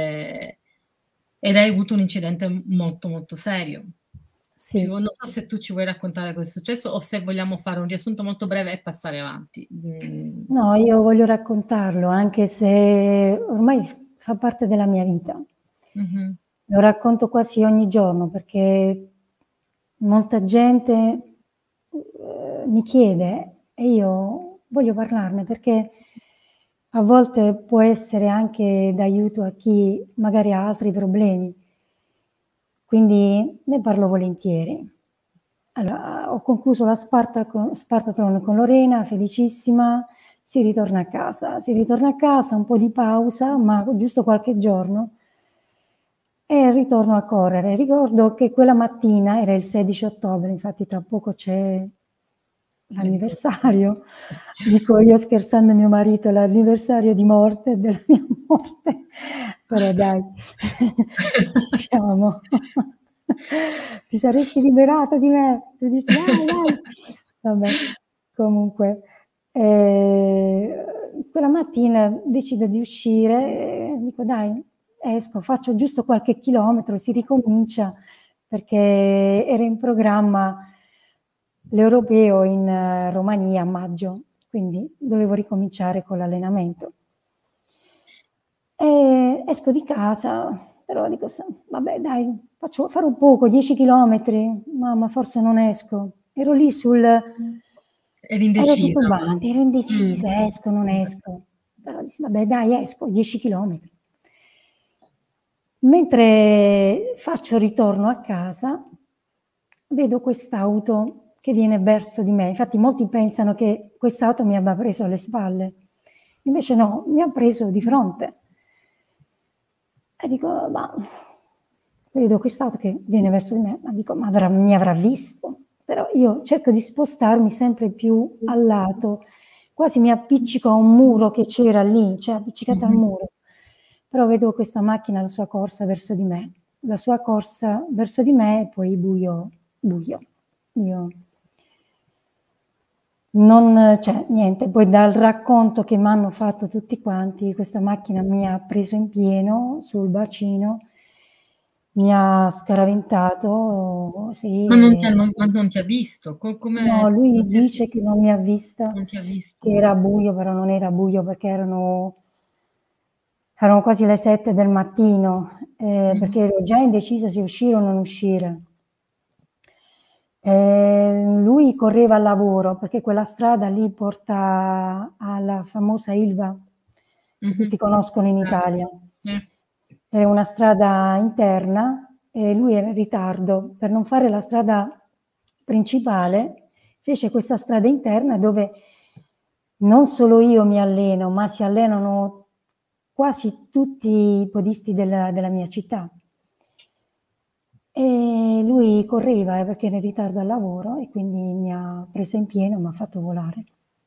ed hai avuto un incidente molto molto serio. Sì. Non so se tu ci vuoi raccontare cosa è successo o se vogliamo fare un riassunto molto breve e passare avanti. No, io voglio raccontarlo, anche se ormai fa parte della mia vita. Lo racconto quasi ogni giorno perché molta gente mi chiede e io voglio parlarne perché a volte può essere anche d'aiuto a chi magari ha altri problemi. Quindi ne parlo volentieri. Allora, ho concluso la Spartathlon con Lorena, felicissima, si ritorna a casa, un po' di pausa, ma giusto qualche giorno, e ritorno a correre. Ricordo che quella mattina, era il 16 ottobre, infatti tra poco c'è l'anniversario, dico io scherzando a mio marito, l'anniversario di morte, della mia morte, però dai, siamo. Ti saresti liberata di me? Tu dici, dai. Vabbè. Comunque, quella mattina decido di uscire, dico dai, esco, faccio giusto qualche chilometro, si ricomincia, perché era in programma l'Europeo in Romania a maggio, quindi dovevo ricominciare con l'allenamento. E esco di casa, però dico, vabbè dai, farò poco, 10 chilometri, ma forse non esco. Ero lì Eri indecisa. ero titubante, ero indecisa, esco, non esco. Però dissi, vabbè dai, esco, 10 chilometri. Mentre faccio ritorno a casa, vedo quest'auto che viene verso di me. Infatti molti pensano che quest'auto mi abbia preso alle spalle. Invece no, mi ha preso di fronte. E dico, ma vedo quest'auto che viene verso di me, ma dico, ma mi avrà visto? Però io cerco di spostarmi sempre più a lato, quasi mi appiccico a un muro che c'era lì, cioè appiccicata al muro. Però vedo questa macchina, la sua corsa verso di me, la sua corsa verso di me e poi buio. Io non, cioè niente, poi dal racconto che mi hanno fatto tutti quanti, questa macchina mi ha preso in pieno sul bacino, mi ha scaraventato, sì. Ma non ti ha visto? No, lui dice che non mi ha vista, non ti ha visto. che era buio, però non era buio perché erano quasi le 7 del mattino, perché ero già indecisa se uscire o non uscire. Lui correva al lavoro perché quella strada lì porta alla famosa Ilva, che tutti conoscono in Italia. Era una strada interna e lui era in ritardo. Per non fare la strada principale, fece questa strada interna dove non solo io mi alleno, ma si allenano quasi tutti i podisti della mia città. E lui correva perché era in ritardo al lavoro e quindi mi ha presa in pieno e mi ha fatto volare.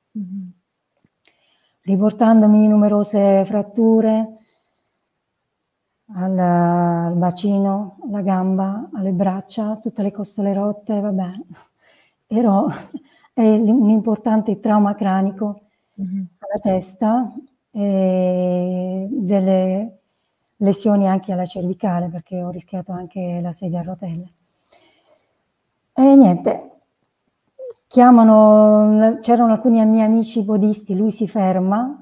Riportandomi numerose fratture al bacino, alla gamba, alle braccia, tutte le costole rotte, vabbè. Ero un importante trauma cranico alla testa e delle lesioni anche alla cervicale perché ho rischiato anche la sedia a rotelle. E niente, c'erano alcuni miei amici podisti, lui si ferma,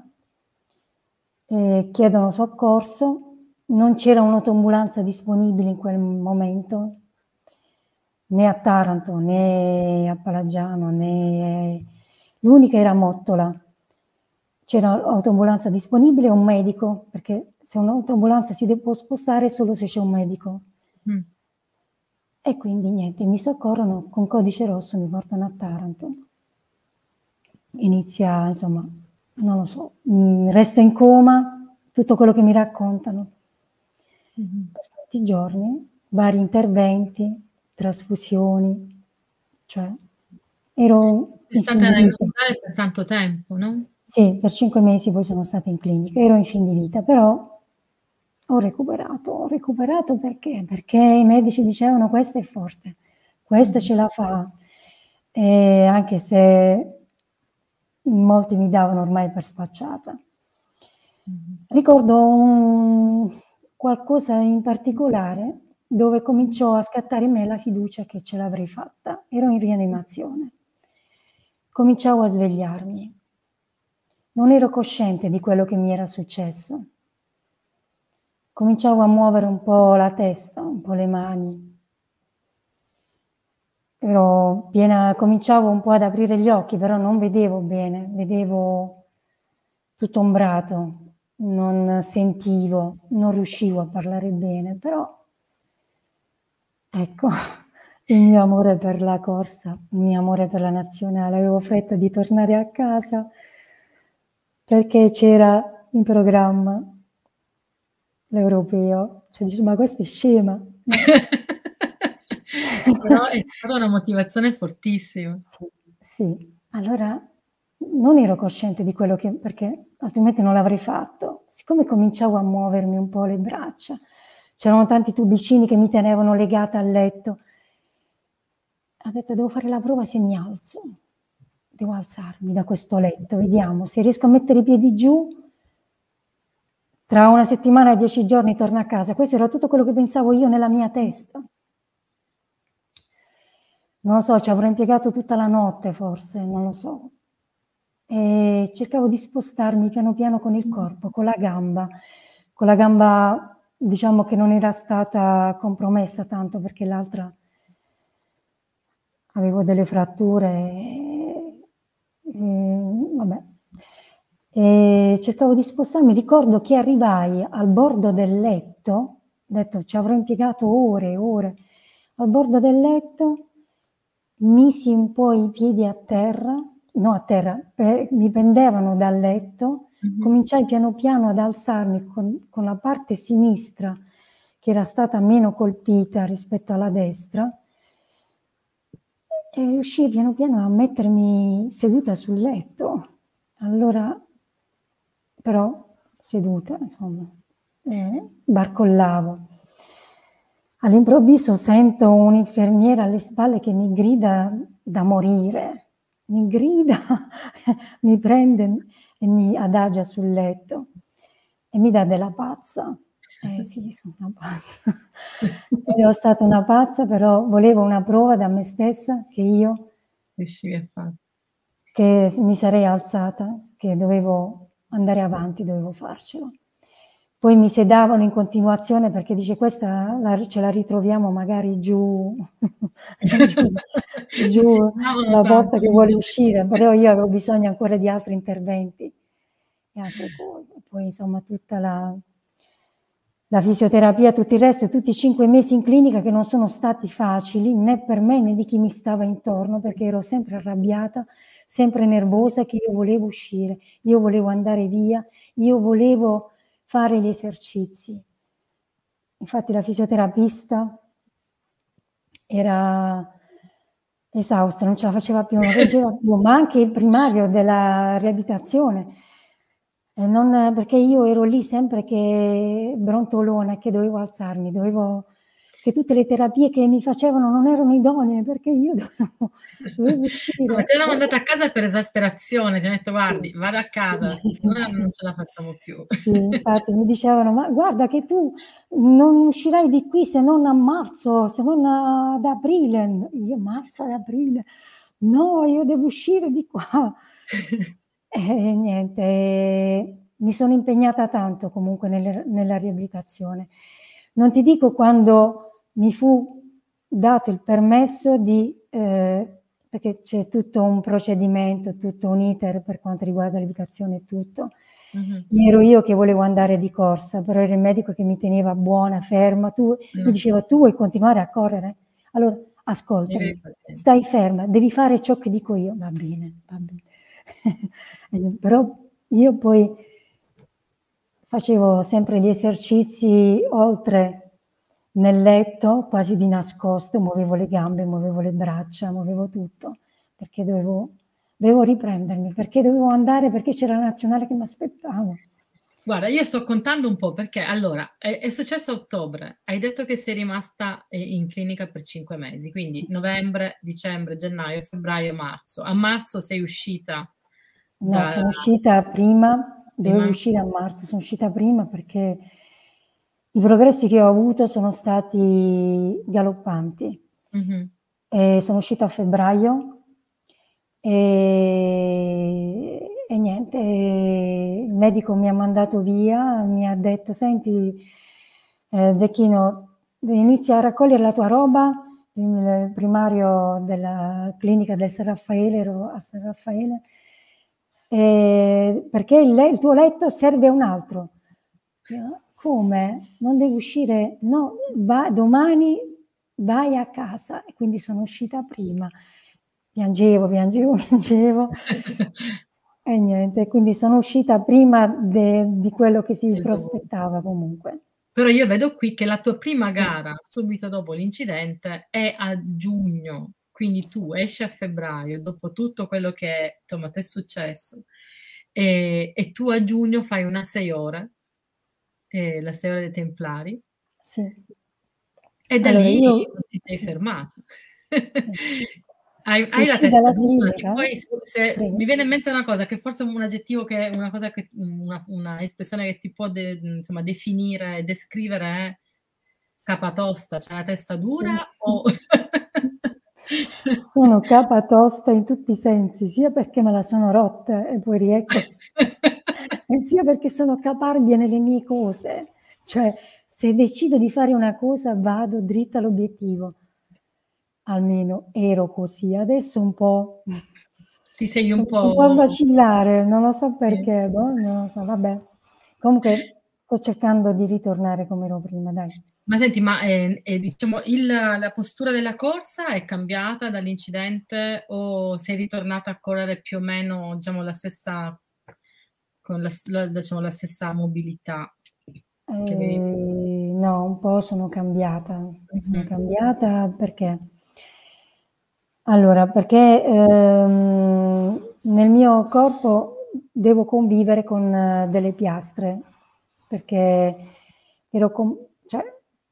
e chiedono soccorso, non c'era un'autoambulanza disponibile in quel momento, né a Taranto, né a Palagiano, l'unica era a Mottola. C'era un'autoambulanza disponibile e un medico, perché se un'autoambulanza si può spostare solo se c'è un medico. E quindi niente, mi soccorrono con codice rosso, mi portano a Taranto. Inizia, insomma, non lo so, resto in coma, tutto quello che mi raccontano. Per tanti giorni, vari interventi, trasfusioni, cioè ero È stata in ospedale per tanto tempo, no? Sì, per 5 mesi poi sono stata in clinica, ero in fin di vita, però ho recuperato perché? Perché i medici dicevano questa è forte, questa ce la fa, e anche se molti mi davano ormai per spacciata. Ricordo qualcosa in particolare dove cominciò a scattare in me la fiducia che ce l'avrei fatta. Ero in rianimazione. Cominciavo a svegliarmi. Non ero cosciente di quello che mi era successo. Cominciavo a muovere un po' la testa, un po' le mani. Cominciavo un po' ad aprire gli occhi, però non vedevo bene, vedevo tutto ombrato, non sentivo, non riuscivo a parlare bene, però ecco, il mio amore per la corsa, il mio amore per la nazionale, avevo fretta di tornare a casa perché c'era in programma l'Europeo, cioè dice, ma questa è scema. Però è stata una motivazione fortissima. Sì, allora non ero cosciente di quello perché altrimenti non l'avrei fatto. Siccome cominciavo a muovermi un po' le braccia, c'erano tanti tubicini che mi tenevano legata al letto, ho detto devo fare la prova se mi alzo. devo alzarmi da questo letto, vediamo se riesco a mettere i piedi giù, tra una settimana e 10 giorni torno a casa. Questo era tutto quello che pensavo io nella mia testa. Non lo so, ci avrò impiegato tutta la notte forse, non lo so. E cercavo di spostarmi piano piano con il corpo, con la gamba diciamo che non era stata compromessa tanto perché l'altra avevo delle fratture, vabbè. E cercavo di spostarmi, ricordo che arrivai al bordo del letto, ho detto ci avrò impiegato ore e ore, al bordo del letto misi un po' i piedi a terra, mi pendevano dal letto, cominciai piano piano ad alzarmi con la parte sinistra che era stata meno colpita rispetto alla destra e riuscii piano piano a mettermi seduta sul letto. Allora, però seduta, insomma, barcollavo. All'improvviso sento un'infermiera alle spalle che mi grida da morire, mi grida, mi prende e mi adagia sul letto e mi dà della pazza. Sì, sono una pazza. Ero stata una pazza, però volevo una prova da me stessa che io riuscivi a fare. Che mi sarei alzata, che dovevo andare avanti, dovevo farcelo. Poi mi sedavano in continuazione perché dice questa ce la ritroviamo magari giù, giù la porta che vuole uscire, però io avevo bisogno ancora di altri interventi e altre cose. Poi insomma tutta la fisioterapia, tutto il resto, tutti i 5 mesi in clinica che non sono stati facili né per me né di chi mi stava intorno perché ero sempre arrabbiata, sempre nervosa che io volevo uscire, io volevo andare via, io volevo fare gli esercizi. Infatti la fisioterapista era esausta, non ce la faceva più, non reggeva più, ma anche il primario della riabilitazione. Perché io ero lì sempre che brontolona, che dovevo alzarmi, che tutte le terapie che mi facevano non erano idonee, perché io dovevo uscire. No, te l'ho mandata a casa per esasperazione, ti ho detto guardi, vado a casa, non ce la facciamo più. Sì, infatti mi dicevano, ma guarda che tu non uscirai di qui se non a marzo, se non ad aprile. Io marzo, ad aprile? No, io devo uscire di qua. E niente, mi sono impegnata tanto comunque nella riabilitazione. Non ti dico quando mi fu dato il permesso perché c'è tutto un procedimento, tutto un iter per quanto riguarda l'abitazione e tutto. Ero io che volevo andare di corsa, però era il medico che mi teneva buona, ferma. Mi diceva, tu vuoi continuare a correre? Allora, ascoltami, stai ferma, devi fare ciò che dico io. Va bene, va bene. Però io poi facevo sempre gli esercizi oltre nel letto, quasi di nascosto, muovevo le gambe, muovevo le braccia, muovevo tutto, perché dovevo riprendermi, perché dovevo andare, perché c'era la nazionale che mi aspettava. Guarda, io sto contando un po' perché allora è successo a ottobre, hai detto che sei rimasta in clinica per 5 mesi, quindi novembre, dicembre, gennaio, febbraio, marzo. A marzo sei uscita? No, sono uscita prima, dovevo uscire a marzo, sono uscita prima perché i progressi che ho avuto sono stati galoppanti. E sono uscita a febbraio e niente, il medico mi ha mandato via, mi ha detto, senti Zecchino, inizia a raccogliere la tua roba, il primario della clinica del San Raffaele, ero a San Raffaele, perché il tuo letto serve a un altro. Come? Non devo uscire? No, domani vai a casa. E quindi sono uscita prima. Piangevo. E niente, quindi sono uscita prima di quello che si prospettava comunque. Però io vedo qui che la tua prima gara, subito dopo l'incidente, è a giugno. Quindi tu esci a febbraio, dopo tutto quello che insomma ti è successo, e tu a giugno fai una 6 ore, la 6 ore dei Templari. Sì. E da allora lì io, non ti sei fermata. Sì. Hai la Uscì testa dalla dura, che clinica, poi se prego. mi viene in mente una cosa, che forse è un aggettivo che una cosa che una espressione che ti può insomma definire, descrivere è capatosta, cioè la testa Sì. dura o Sono capatosta in tutti i sensi, sia perché me la sono rotta e poi riecco, e sia perché sono caparbia nelle mie cose. Cioè, se decido di fare una cosa vado dritta all'obiettivo. Almeno ero così, adesso un po' ti sei un comincio un po' a po'. vacillare, non lo so Sì. perché, boh, non lo so, vabbè. Comunque sto cercando di ritornare come ero prima, dai. Ma senti, ma diciamo la postura della corsa è cambiata dall'incidente o sei ritornata a correre più o meno, diciamo, la stessa, con diciamo, la stessa mobilità che avevi? No, un po' sono cambiata. Sono Mhm. cambiata perché? Allora, perché nel mio corpo devo convivere con delle piastre, perché ero cioè,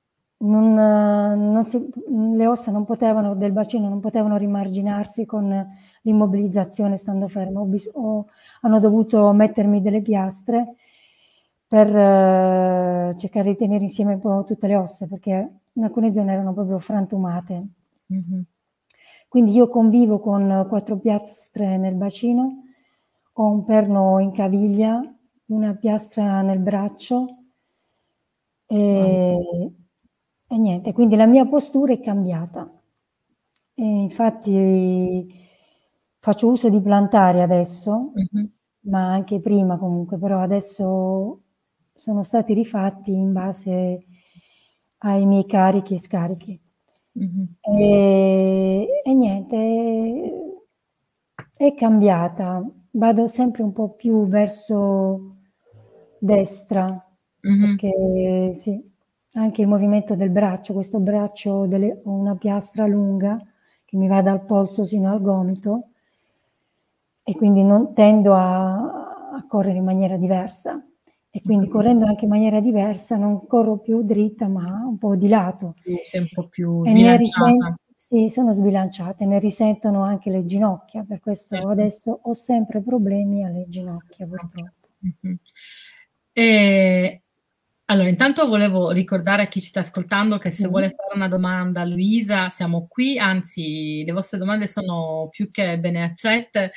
le ossa non potevano, del bacino non potevano rimarginarsi con l'immobilizzazione stando ferma. Hanno dovuto mettermi delle piastre per cercare di tenere insieme un po' tutte le ossa, perché in alcune zone erano proprio frantumate. Mhm. Quindi io convivo con 4 piastre nel bacino, ho un perno in caviglia, una piastra nel braccio Wow. e niente, quindi la mia postura è cambiata. E infatti faccio uso di plantari adesso, Mhm. ma anche prima comunque, però adesso sono stati rifatti in base ai miei carichi e scarichi. Mhm. E niente, è cambiata. Vado sempre un po' più verso destra, Mhm. perché sì, anche il movimento del braccio, questo braccio ho una piastra lunga che mi va dal polso sino al gomito e quindi non tendo a correre in maniera diversa. E Ho quindi capito. correndo anche in maniera diversa non corro più dritta, ma un po' di lato. Sei un po' più E sbilanciata. sì, sono sbilanciate, ne risentono anche le ginocchia, per questo Certo. adesso ho sempre problemi alle ginocchia, purtroppo. Mhm. E, allora, intanto volevo ricordare a chi ci sta ascoltando che se vuole Sì. fare una domanda a Luisa, siamo qui, anzi, le vostre domande sono più che bene accette,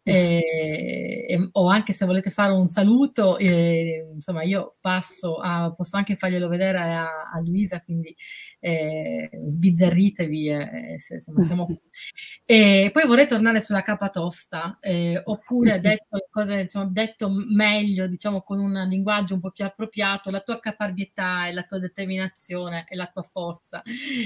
o anche se volete fare un saluto, insomma, io posso anche farglielo vedere a Luisa, quindi sbizzarritevi, insomma, siamo qui. E poi vorrei tornare sulla capatosta, oppure Sì. detto meglio, diciamo con un linguaggio un po' più appropriato, la tua caparbietà e la tua determinazione e la tua forza.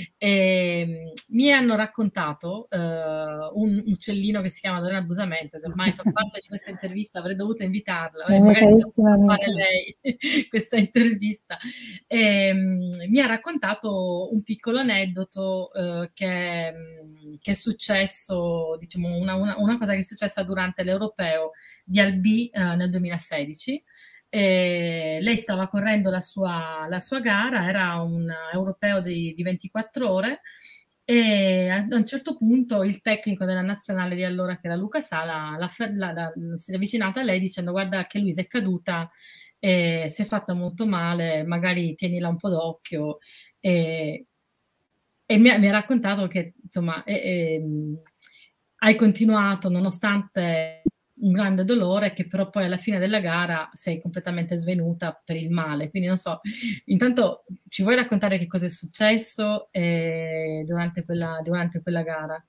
Mi hanno raccontato un uccellino che si chiama Lorena Busamento, che ormai fa parte di questa intervista, avrei dovuto invitarla, La mia magari carissima la fare amica. lei questa intervista. Mi ha raccontato un piccolo aneddoto che è successo, diciamo, una cosa che è successa durante l'Europeo di Albi nel 2016. Lei stava correndo la sua gara, era un europeo di 24 ore e a un certo punto il tecnico della nazionale di allora, che era Luca Sala, si è avvicinata a lei dicendo: guarda che Luisa è caduta, si è fatta molto male, magari tienila un po' d'occhio. E, e mi ha raccontato che insomma hai continuato nonostante un grande dolore, che però poi alla fine della gara sei completamente svenuta per il male. Quindi non so, intanto ci vuoi raccontare che cosa è successo durante quella gara?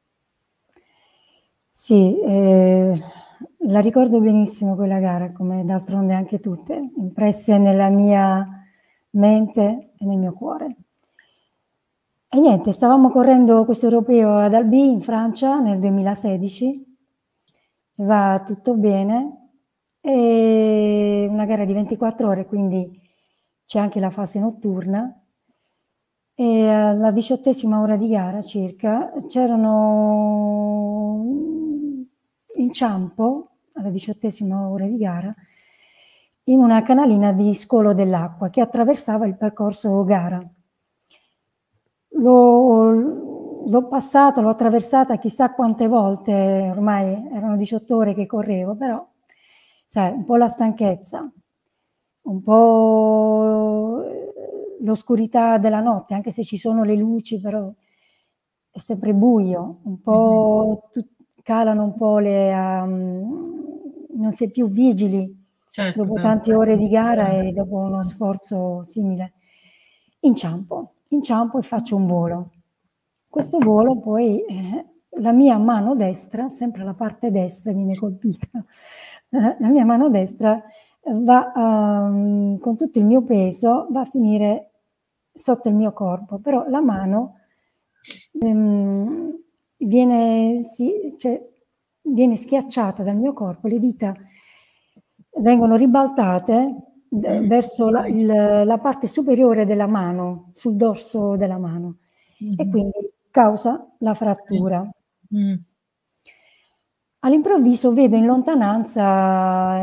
Sì, la ricordo benissimo quella gara, come d'altronde anche tutte, impresse nella mia mente e nel mio cuore. E niente, stavamo correndo questo europeo ad Albi in Francia nel 2016, va tutto bene, e una gara di 24 ore, quindi c'è anche la fase notturna. E alla 18ª ora di gara circa c'erano inciampo alla 18ª ora di gara in una canalina di scolo dell'acqua che attraversava il percorso gara. l'ho passata, l'ho attraversata chissà quante volte, ormai erano 18 ore che correvo, però sai, un po' la stanchezza, un po' l'oscurità della notte, anche se ci sono le luci, però è sempre buio, un po' calano un po' non si è più vigili Certo, dopo tante ore di gara e dopo uno sforzo simile. Inciampo e faccio un volo. Questo volo poi la mia mano destra, sempre la parte destra viene colpita, la mia mano destra va con tutto il mio peso va a finire sotto il mio corpo, però la mano viene schiacciata dal mio corpo, le dita vengono ribaltate verso la parte superiore della mano, sul dorso della mano, e quindi causa la frattura. All'improvviso vedo in lontananza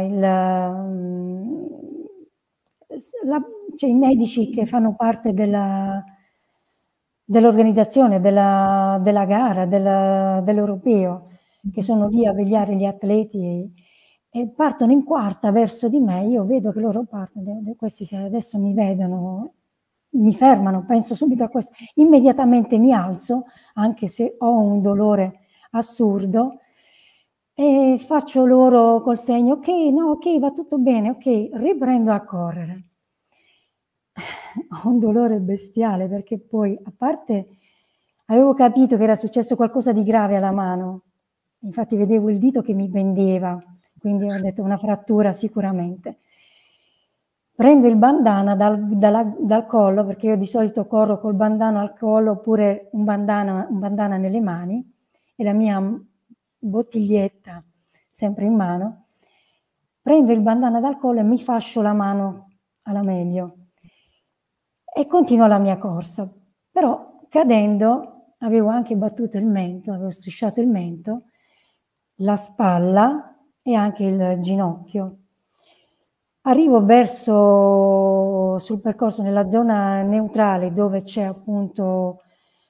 i medici che fanno parte dell'organizzazione della gara, dell'europeo, che sono lì a vegliare gli atleti e partono in quarta verso di me. Io vedo che loro partono, questi se adesso mi vedono, mi fermano, penso subito a questo, immediatamente mi alzo, anche se ho un dolore assurdo, e faccio loro col segno, ok, no, ok, va tutto bene, ok, riprendo a correre. Ho un dolore bestiale perché poi, a parte, avevo capito che era successo qualcosa di grave alla mano, infatti vedevo il dito che mi pendeva, quindi ho detto una frattura sicuramente. Prendo il bandana dal collo, perché io di solito corro col bandana al collo oppure un bandana nelle mani, e la mia bottiglietta sempre in mano. Prendo il bandana dal collo e mi fascio la mano alla meglio e continuo la mia corsa. Però cadendo avevo anche battuto il mento, avevo strisciato il mento, la spalla e anche il ginocchio. Arrivo sul percorso nella zona neutrale dove c'è appunto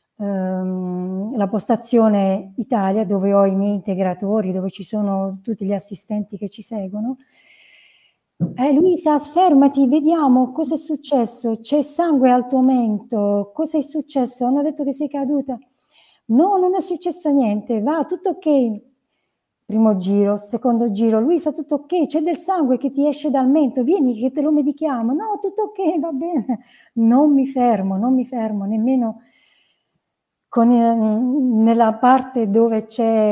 la postazione Italia, dove ho i miei integratori, dove ci sono tutti gli assistenti che ci seguono. Luisa, fermati, vediamo cosa è successo, c'è sangue al tuo mento, cosa è successo? Hanno detto che sei caduta. No, non è successo niente, va, tutto ok. Primo giro, secondo giro, Luisa, tutto ok, c'è del sangue che ti esce dal mento, vieni che te lo medichiamo. No, tutto ok, va bene. Non mi fermo, nemmeno nella parte dove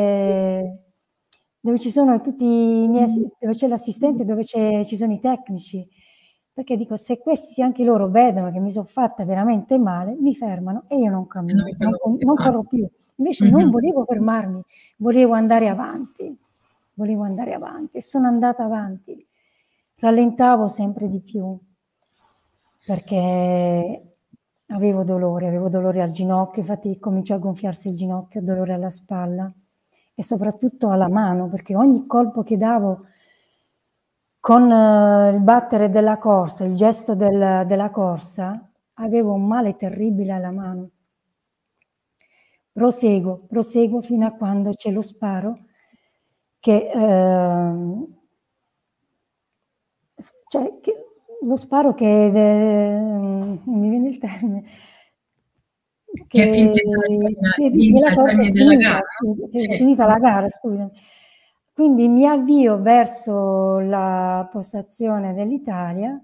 ci sono tutti i miei, dove c'è l'assistenza e dove ci sono i tecnici, perché dico, se questi anche loro vedono che mi sono fatta veramente male, mi fermano e io non cammino, non corro più. Invece non volevo fermarmi, volevo andare avanti e sono andata avanti. Rallentavo sempre di più perché avevo dolore al ginocchio, infatti cominciò a gonfiarsi il ginocchio, dolore alla spalla e soprattutto alla mano, perché ogni colpo che davo con il battere della corsa, il gesto della corsa, avevo un male terribile alla mano. Proseguo fino a quando c'è lo sparo lo sparo che mi viene il termine, che dice la cosa è finita, è finita la gara, scusami. Quindi mi avvio verso la postazione dell'Italia,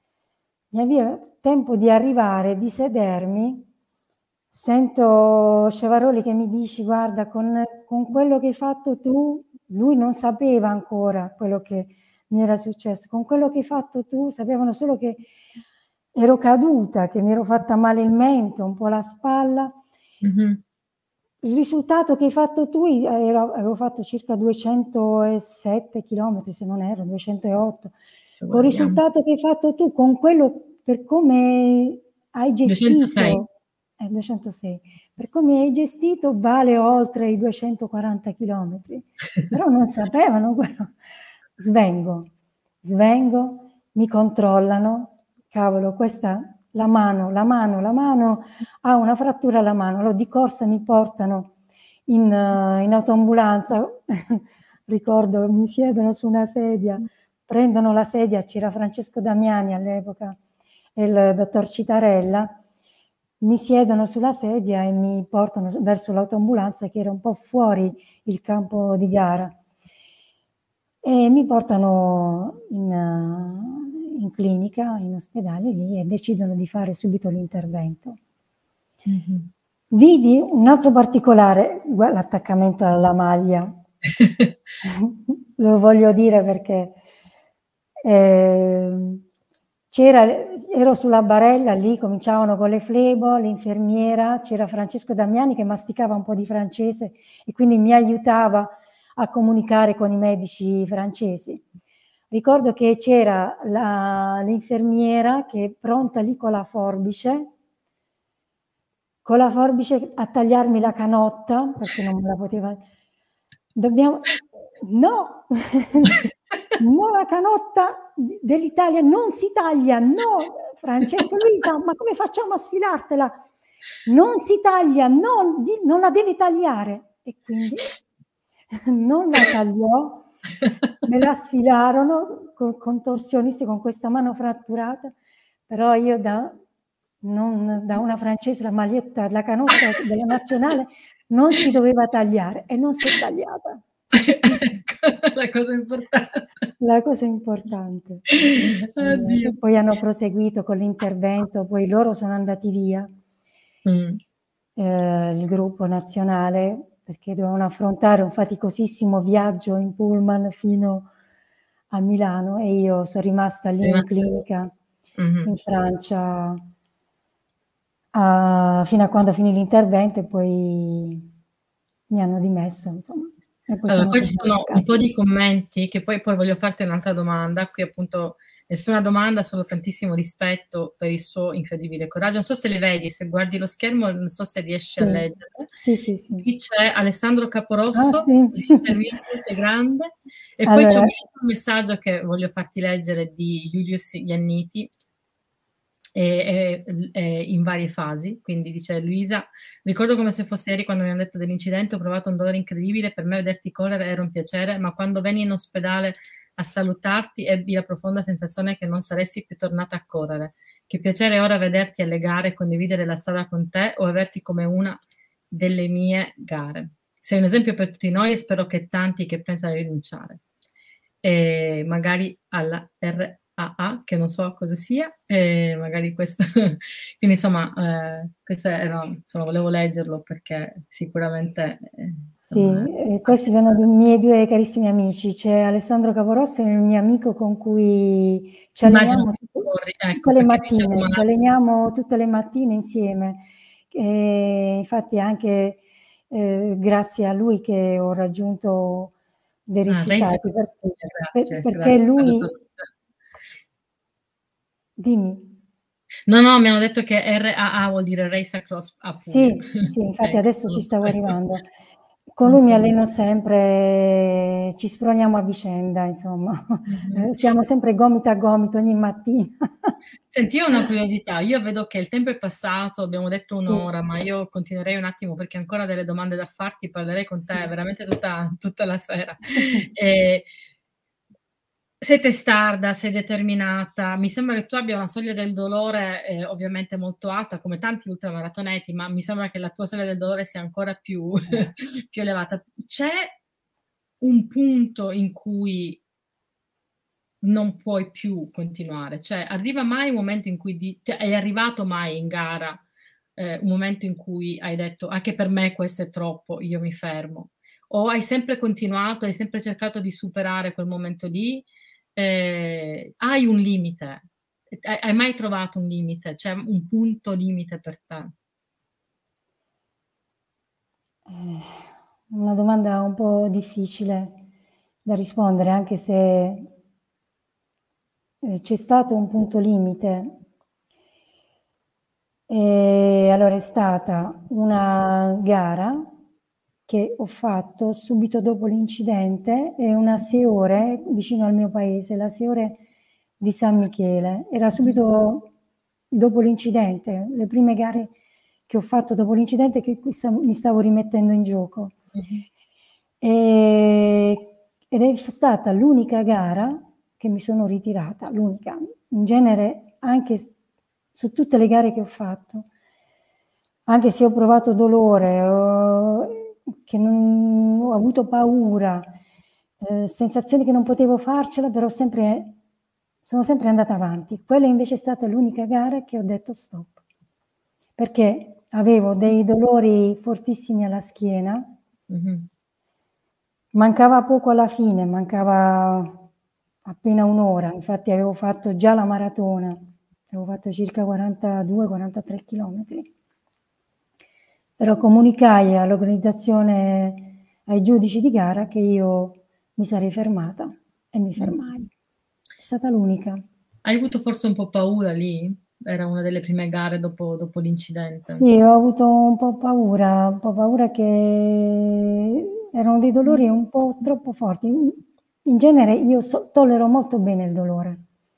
tempo di arrivare, di sedermi, sento Sciavaroli che mi dice, guarda, con quello che hai fatto tu, lui non sapeva ancora quello che mi era successo, con quello che hai fatto tu sapevano solo che ero caduta, che mi ero fatta male il mento, un po' la spalla. Il risultato che hai fatto tu, avevo fatto circa 207 chilometri, se non erro, 208. Il risultato che hai fatto tu con quello, per come hai gestito... 206. Per come hai gestito vale oltre i 240 chilometri. Però non sapevano quello. Svengo, mi controllano. Cavolo, questa la mano, ha una frattura alla mano. Allora di corsa mi portano in autoambulanza, ricordo, mi siedono su una sedia, prendono la sedia, c'era Francesco Damiani all'epoca e il dottor Citarella, mi siedono sulla sedia e mi portano verso l'autoambulanza che era un po' fuori il campo di gara e mi portano in clinica, in ospedale lì e decidono di fare subito l'intervento. Vidi un altro particolare, l'attaccamento alla maglia. Lo voglio dire perché ero sulla barella lì, cominciavano con le flebo, l'infermiera, c'era Francesco Damiani che masticava un po' di francese e quindi mi aiutava a comunicare con i medici francesi. Ricordo che c'era l'infermiera che è pronta lì con la forbice a tagliarmi la canotta, perché non me la poteva... No! No, la canotta dell'Italia non si taglia, no! Francesco, Luisa, ma come facciamo a sfilartela? Non si taglia, non la deve tagliare. E quindi non la tagliò, me la sfilarono con contorsionisti con questa mano fratturata, però io da una francese la maglietta, la canotta della nazionale non si doveva tagliare e non si è tagliata. La cosa importante. La cosa importante. Poi hanno proseguito con l'intervento, poi loro sono andati via, il gruppo nazionale, perché dovevano affrontare un faticosissimo viaggio in pullman fino a Milano e io sono rimasta lì in clinica in Francia fino a quando finì l'intervento e poi mi hanno dimesso, insomma. Allora, poi ci sono un po' di commenti che poi voglio farti un'altra domanda, qui appunto nessuna domanda, solo tantissimo rispetto per il suo incredibile coraggio. Non so se le vedi, se guardi lo schermo, non so se riesci a leggere. Sì. Qui c'è Alessandro Caporosso, sì. che dice Wilson sei grande, e poi c'è un messaggio che voglio farti leggere di Julius Ianniti, in varie fasi, quindi dice Luisa, ricordo come se fosse ieri quando mi hanno detto dell'incidente, ho provato un dolore incredibile, per me vederti correre era un piacere, ma quando venni in ospedale a salutarti ebbi la profonda sensazione che non saresti più tornata a correre. Che piacere ora vederti alle gare e condividere la strada con te o averti come una delle mie gare. Sei un esempio per tutti noi e spero che tanti che pensano di rinunciare. E magari alla RAA, che non so cosa sia, e magari questo. Quindi insomma, questo era, insomma, volevo leggerlo perché sicuramente... Sì, questi sono i miei due carissimi amici. C'è Alessandro Caporosso, il mio amico con cui ci alleniamo tutte le mattine insieme. E infatti anche grazie a lui che ho raggiunto dei risultati. Perché lui... Dimmi. No, mi hanno detto che RAA vuol dire Race Across Apulia. Sì, infatti adesso ci stavo arrivando. Con lui mi alleno sempre, ci sproniamo a vicenda, insomma. Siamo sempre gomito a gomito ogni mattina. Senti, io ho una curiosità, io vedo che il tempo è passato, abbiamo detto un'ora, ma io continuerei un attimo perché ho ancora delle domande da farti, parlerei con te veramente tutta la sera. Sei testarda, sei determinata, mi sembra che tu abbia una soglia del dolore ovviamente molto alta, come tanti ultramaratoneti, ma mi sembra che la tua soglia del dolore sia ancora più elevata. C'è un punto in cui non puoi più continuare? Cioè, arriva mai un momento in cui è arrivato mai in gara un momento in cui hai detto anche per me questo è troppo, io mi fermo? O hai sempre continuato, hai sempre cercato di superare quel momento lì? Hai un limite? Hai mai trovato un limite? C'è un punto limite per te? Una domanda un po' difficile da rispondere, anche se c'è stato un punto limite. Allora è stata una gara che ho fatto subito dopo l'incidente, è una Seore vicino al mio paese, la Seore di San Michele. Era subito dopo l'incidente, le prime gare che ho fatto dopo l'incidente, che mi stavo rimettendo in gioco. Ed è stata l'unica gara che mi sono ritirata, l'unica. In genere, anche su tutte le gare che ho fatto, anche se ho provato dolore, che non ho avuto paura, sensazioni che non potevo farcela, però sono sempre andata avanti. Quella invece è stata l'unica gara che ho detto stop, perché avevo dei dolori fortissimi alla schiena, mancava poco alla fine, mancava appena un'ora, infatti avevo fatto già la maratona, avevo fatto circa 42-43 chilometri. Però comunicai all'organizzazione, ai giudici di gara, che io mi sarei fermata e mi fermai. È stata l'unica. Hai avuto forse un po' paura lì? Era una delle prime gare dopo l'incidente. Sì, ho avuto un po' paura che erano dei dolori un po' troppo forti. In genere io tollero molto bene il dolore.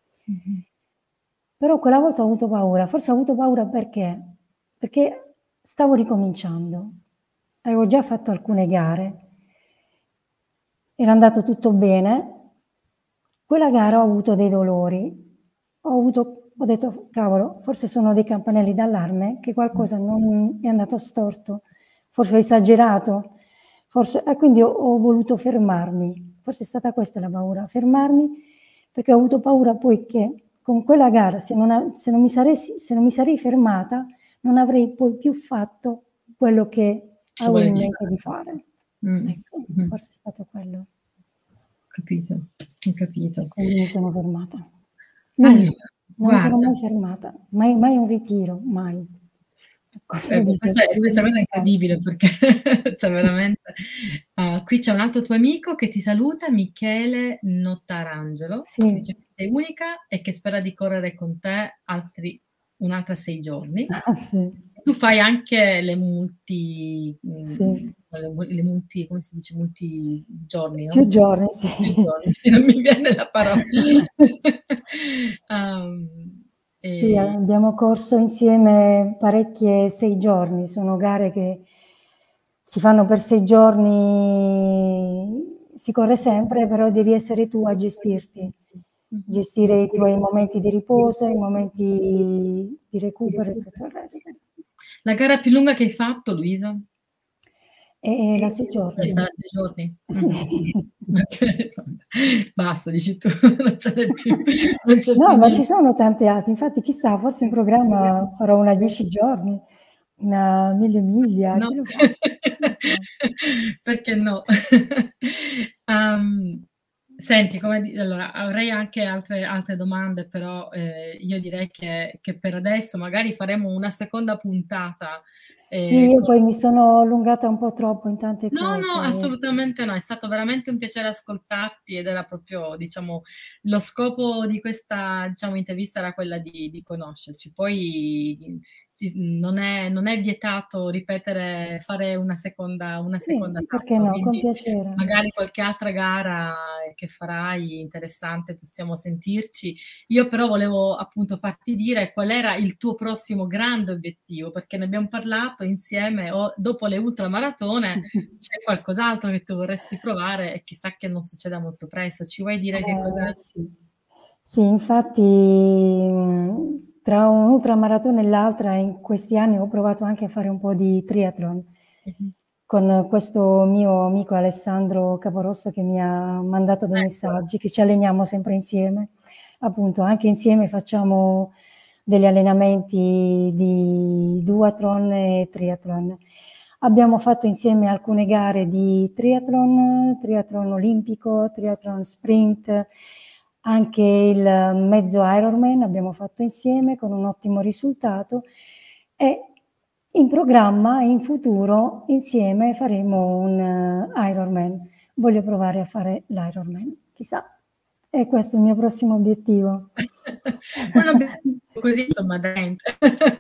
Però quella volta ho avuto paura. Forse ho avuto paura perché stavo ricominciando. Avevo già fatto alcune gare. Era andato tutto bene. Quella gara ho avuto dei dolori. Ho detto, cavolo, forse sono dei campanelli d'allarme, che qualcosa non è andato storto, forse ho esagerato, e quindi ho voluto fermarmi. Forse è stata questa la paura, fermarmi, perché ho avuto paura poi che con quella gara, se non mi sarei fermata, non avrei poi più fatto quello che avevo in mente di fare. Ecco, forse è stato quello. Ho capito. Quindi mi sono fermata. Allora, non mi sono mai fermata, mai un ritiro, mai. Questa cosa è incredibile, perché cioè veramente qui c'è un altro tuo amico che ti saluta, Michele Nottarangelo, Sì. che dice che sei unica e che spera di correre con te un'altra 6 giorni. Sì. Tu fai anche le multi, Sì. le multi, come si dice, multi giorni, no? Più giorni, sì. Più giorni, non mi viene la parola. Sì, abbiamo corso insieme parecchie 6 giorni, sono gare che si fanno per 6 giorni, si corre sempre, però devi essere tu a gestirti, gestire i tuoi momenti di riposo, i momenti di recupero e tutto il resto. La gara più lunga che hai fatto, Luisa? La 6 giorni. 6 giorni? Sì. Okay, basta, dici tu, non ce n'è più. No, ma ci sono tante altre, infatti chissà, forse in programma farò una 10 giorni, una 1000 miglia, No. chi lo sa. Perché no? Senti, allora, avrei anche altre domande, però io direi che per adesso magari faremo una seconda puntata. Sì, io poi mi sono allungata un po' troppo in tante No, cose. assolutamente no, è stato veramente un piacere ascoltarti ed era proprio, diciamo, lo scopo di questa, diciamo, intervista era quella di conoscerci. Poi non è vietato ripetere, fare una seconda Sì, perché tappa, no, con quindi piacere. magari qualche altra gara che farai interessante possiamo sentirci. Io però volevo appunto farti dire qual era il tuo prossimo grande obiettivo, perché ne abbiamo parlato insieme, dopo le ultramaratone c'è qualcos'altro che tu vorresti provare e chissà che non succeda molto presto. Ci vuoi dire che cos'è? Sì, infatti tra un'ultramaratona e l'altra in questi anni ho provato anche a fare un po' di triathlon con questo mio amico Alessandro Caporosso che mi ha mandato dei messaggi, che ci alleniamo sempre insieme. Appunto, anche insieme facciamo degli allenamenti di duathlon e triathlon. Abbiamo fatto insieme alcune gare di triathlon olimpico, triathlon sprint, anche il mezzo Ironman abbiamo fatto insieme con un ottimo risultato e in programma in futuro insieme faremo un Ironman. Voglio provare a fare l'Ironman, chissà. E questo è il mio prossimo obiettivo. Un obiettivo così, insomma, dentro.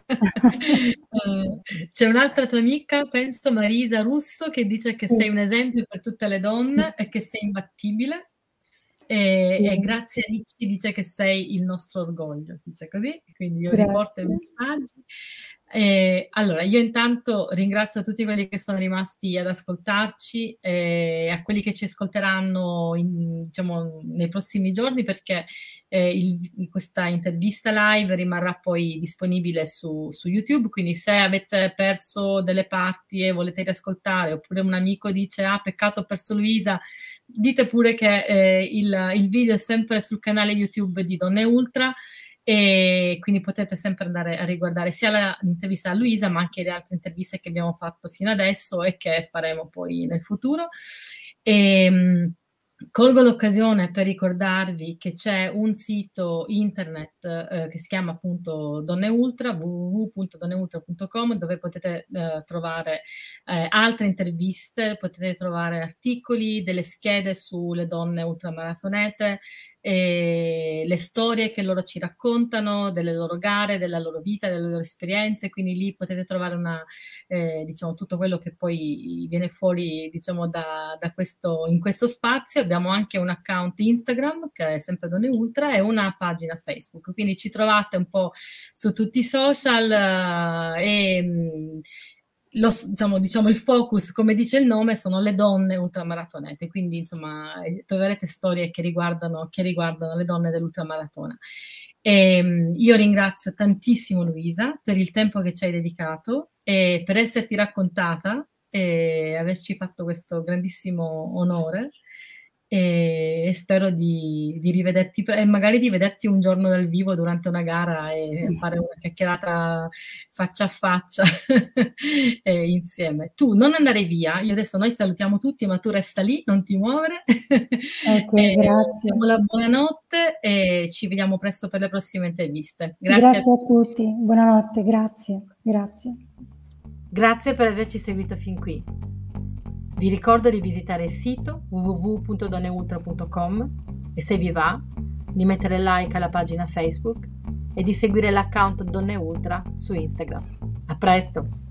C'è un'altra tua amica, penso Marisa Russo, che dice che sei un esempio per tutte le donne e che sei imbattibile. e grazie a Ricci dice che sei il nostro orgoglio, dice così, quindi io riporto i messaggi. Allora, io intanto ringrazio tutti quelli che sono rimasti ad ascoltarci e a quelli che ci ascolteranno diciamo, nei prossimi giorni, perché questa intervista live rimarrà poi disponibile su YouTube, quindi se avete perso delle parti e volete riascoltare, oppure un amico dice peccato ho perso Luisa, dite pure che il video è sempre sul canale YouTube di Donne Ultra, e quindi potete sempre andare a riguardare sia l'intervista a Luisa, ma anche le altre interviste che abbiamo fatto fino adesso e che faremo poi nel futuro. Colgo l'occasione per ricordarvi che c'è un sito internet che si chiama appunto Donne Ultra, www.donneultra.com, dove potete trovare altre interviste, potete trovare articoli, delle schede sulle donne ultramaratonete, le storie che loro ci raccontano delle loro gare, della loro vita, delle loro esperienze, quindi lì potete trovare diciamo, tutto quello che poi viene fuori, diciamo, in questo spazio. Abbiamo anche un account Instagram che è sempre Donne Ultra e una pagina Facebook, quindi ci trovate un po' su tutti i social diciamo il focus, come dice il nome, sono le donne ultramaratonete, quindi insomma troverete storie che riguardano le donne dell'ultramaratona. Io ringrazio tantissimo Luisa per il tempo che ci hai dedicato e per esserti raccontata e averci fatto questo grandissimo onore, e spero di rivederti e magari di vederti un giorno dal vivo durante una gara e fare una chiacchierata faccia a faccia insieme. Tu non andare via, noi salutiamo tutti, ma tu resta lì, non ti muovere. Ok, grazie. Diamo la buonanotte e ci vediamo presto per le prossime interviste. Grazie a tutti, buonanotte, grazie. Grazie per averci seguito fin qui. Vi ricordo di visitare il sito www.donneultra.com e, se vi va, di mettere like alla pagina Facebook e di seguire l'account Donne Ultra su Instagram. A presto!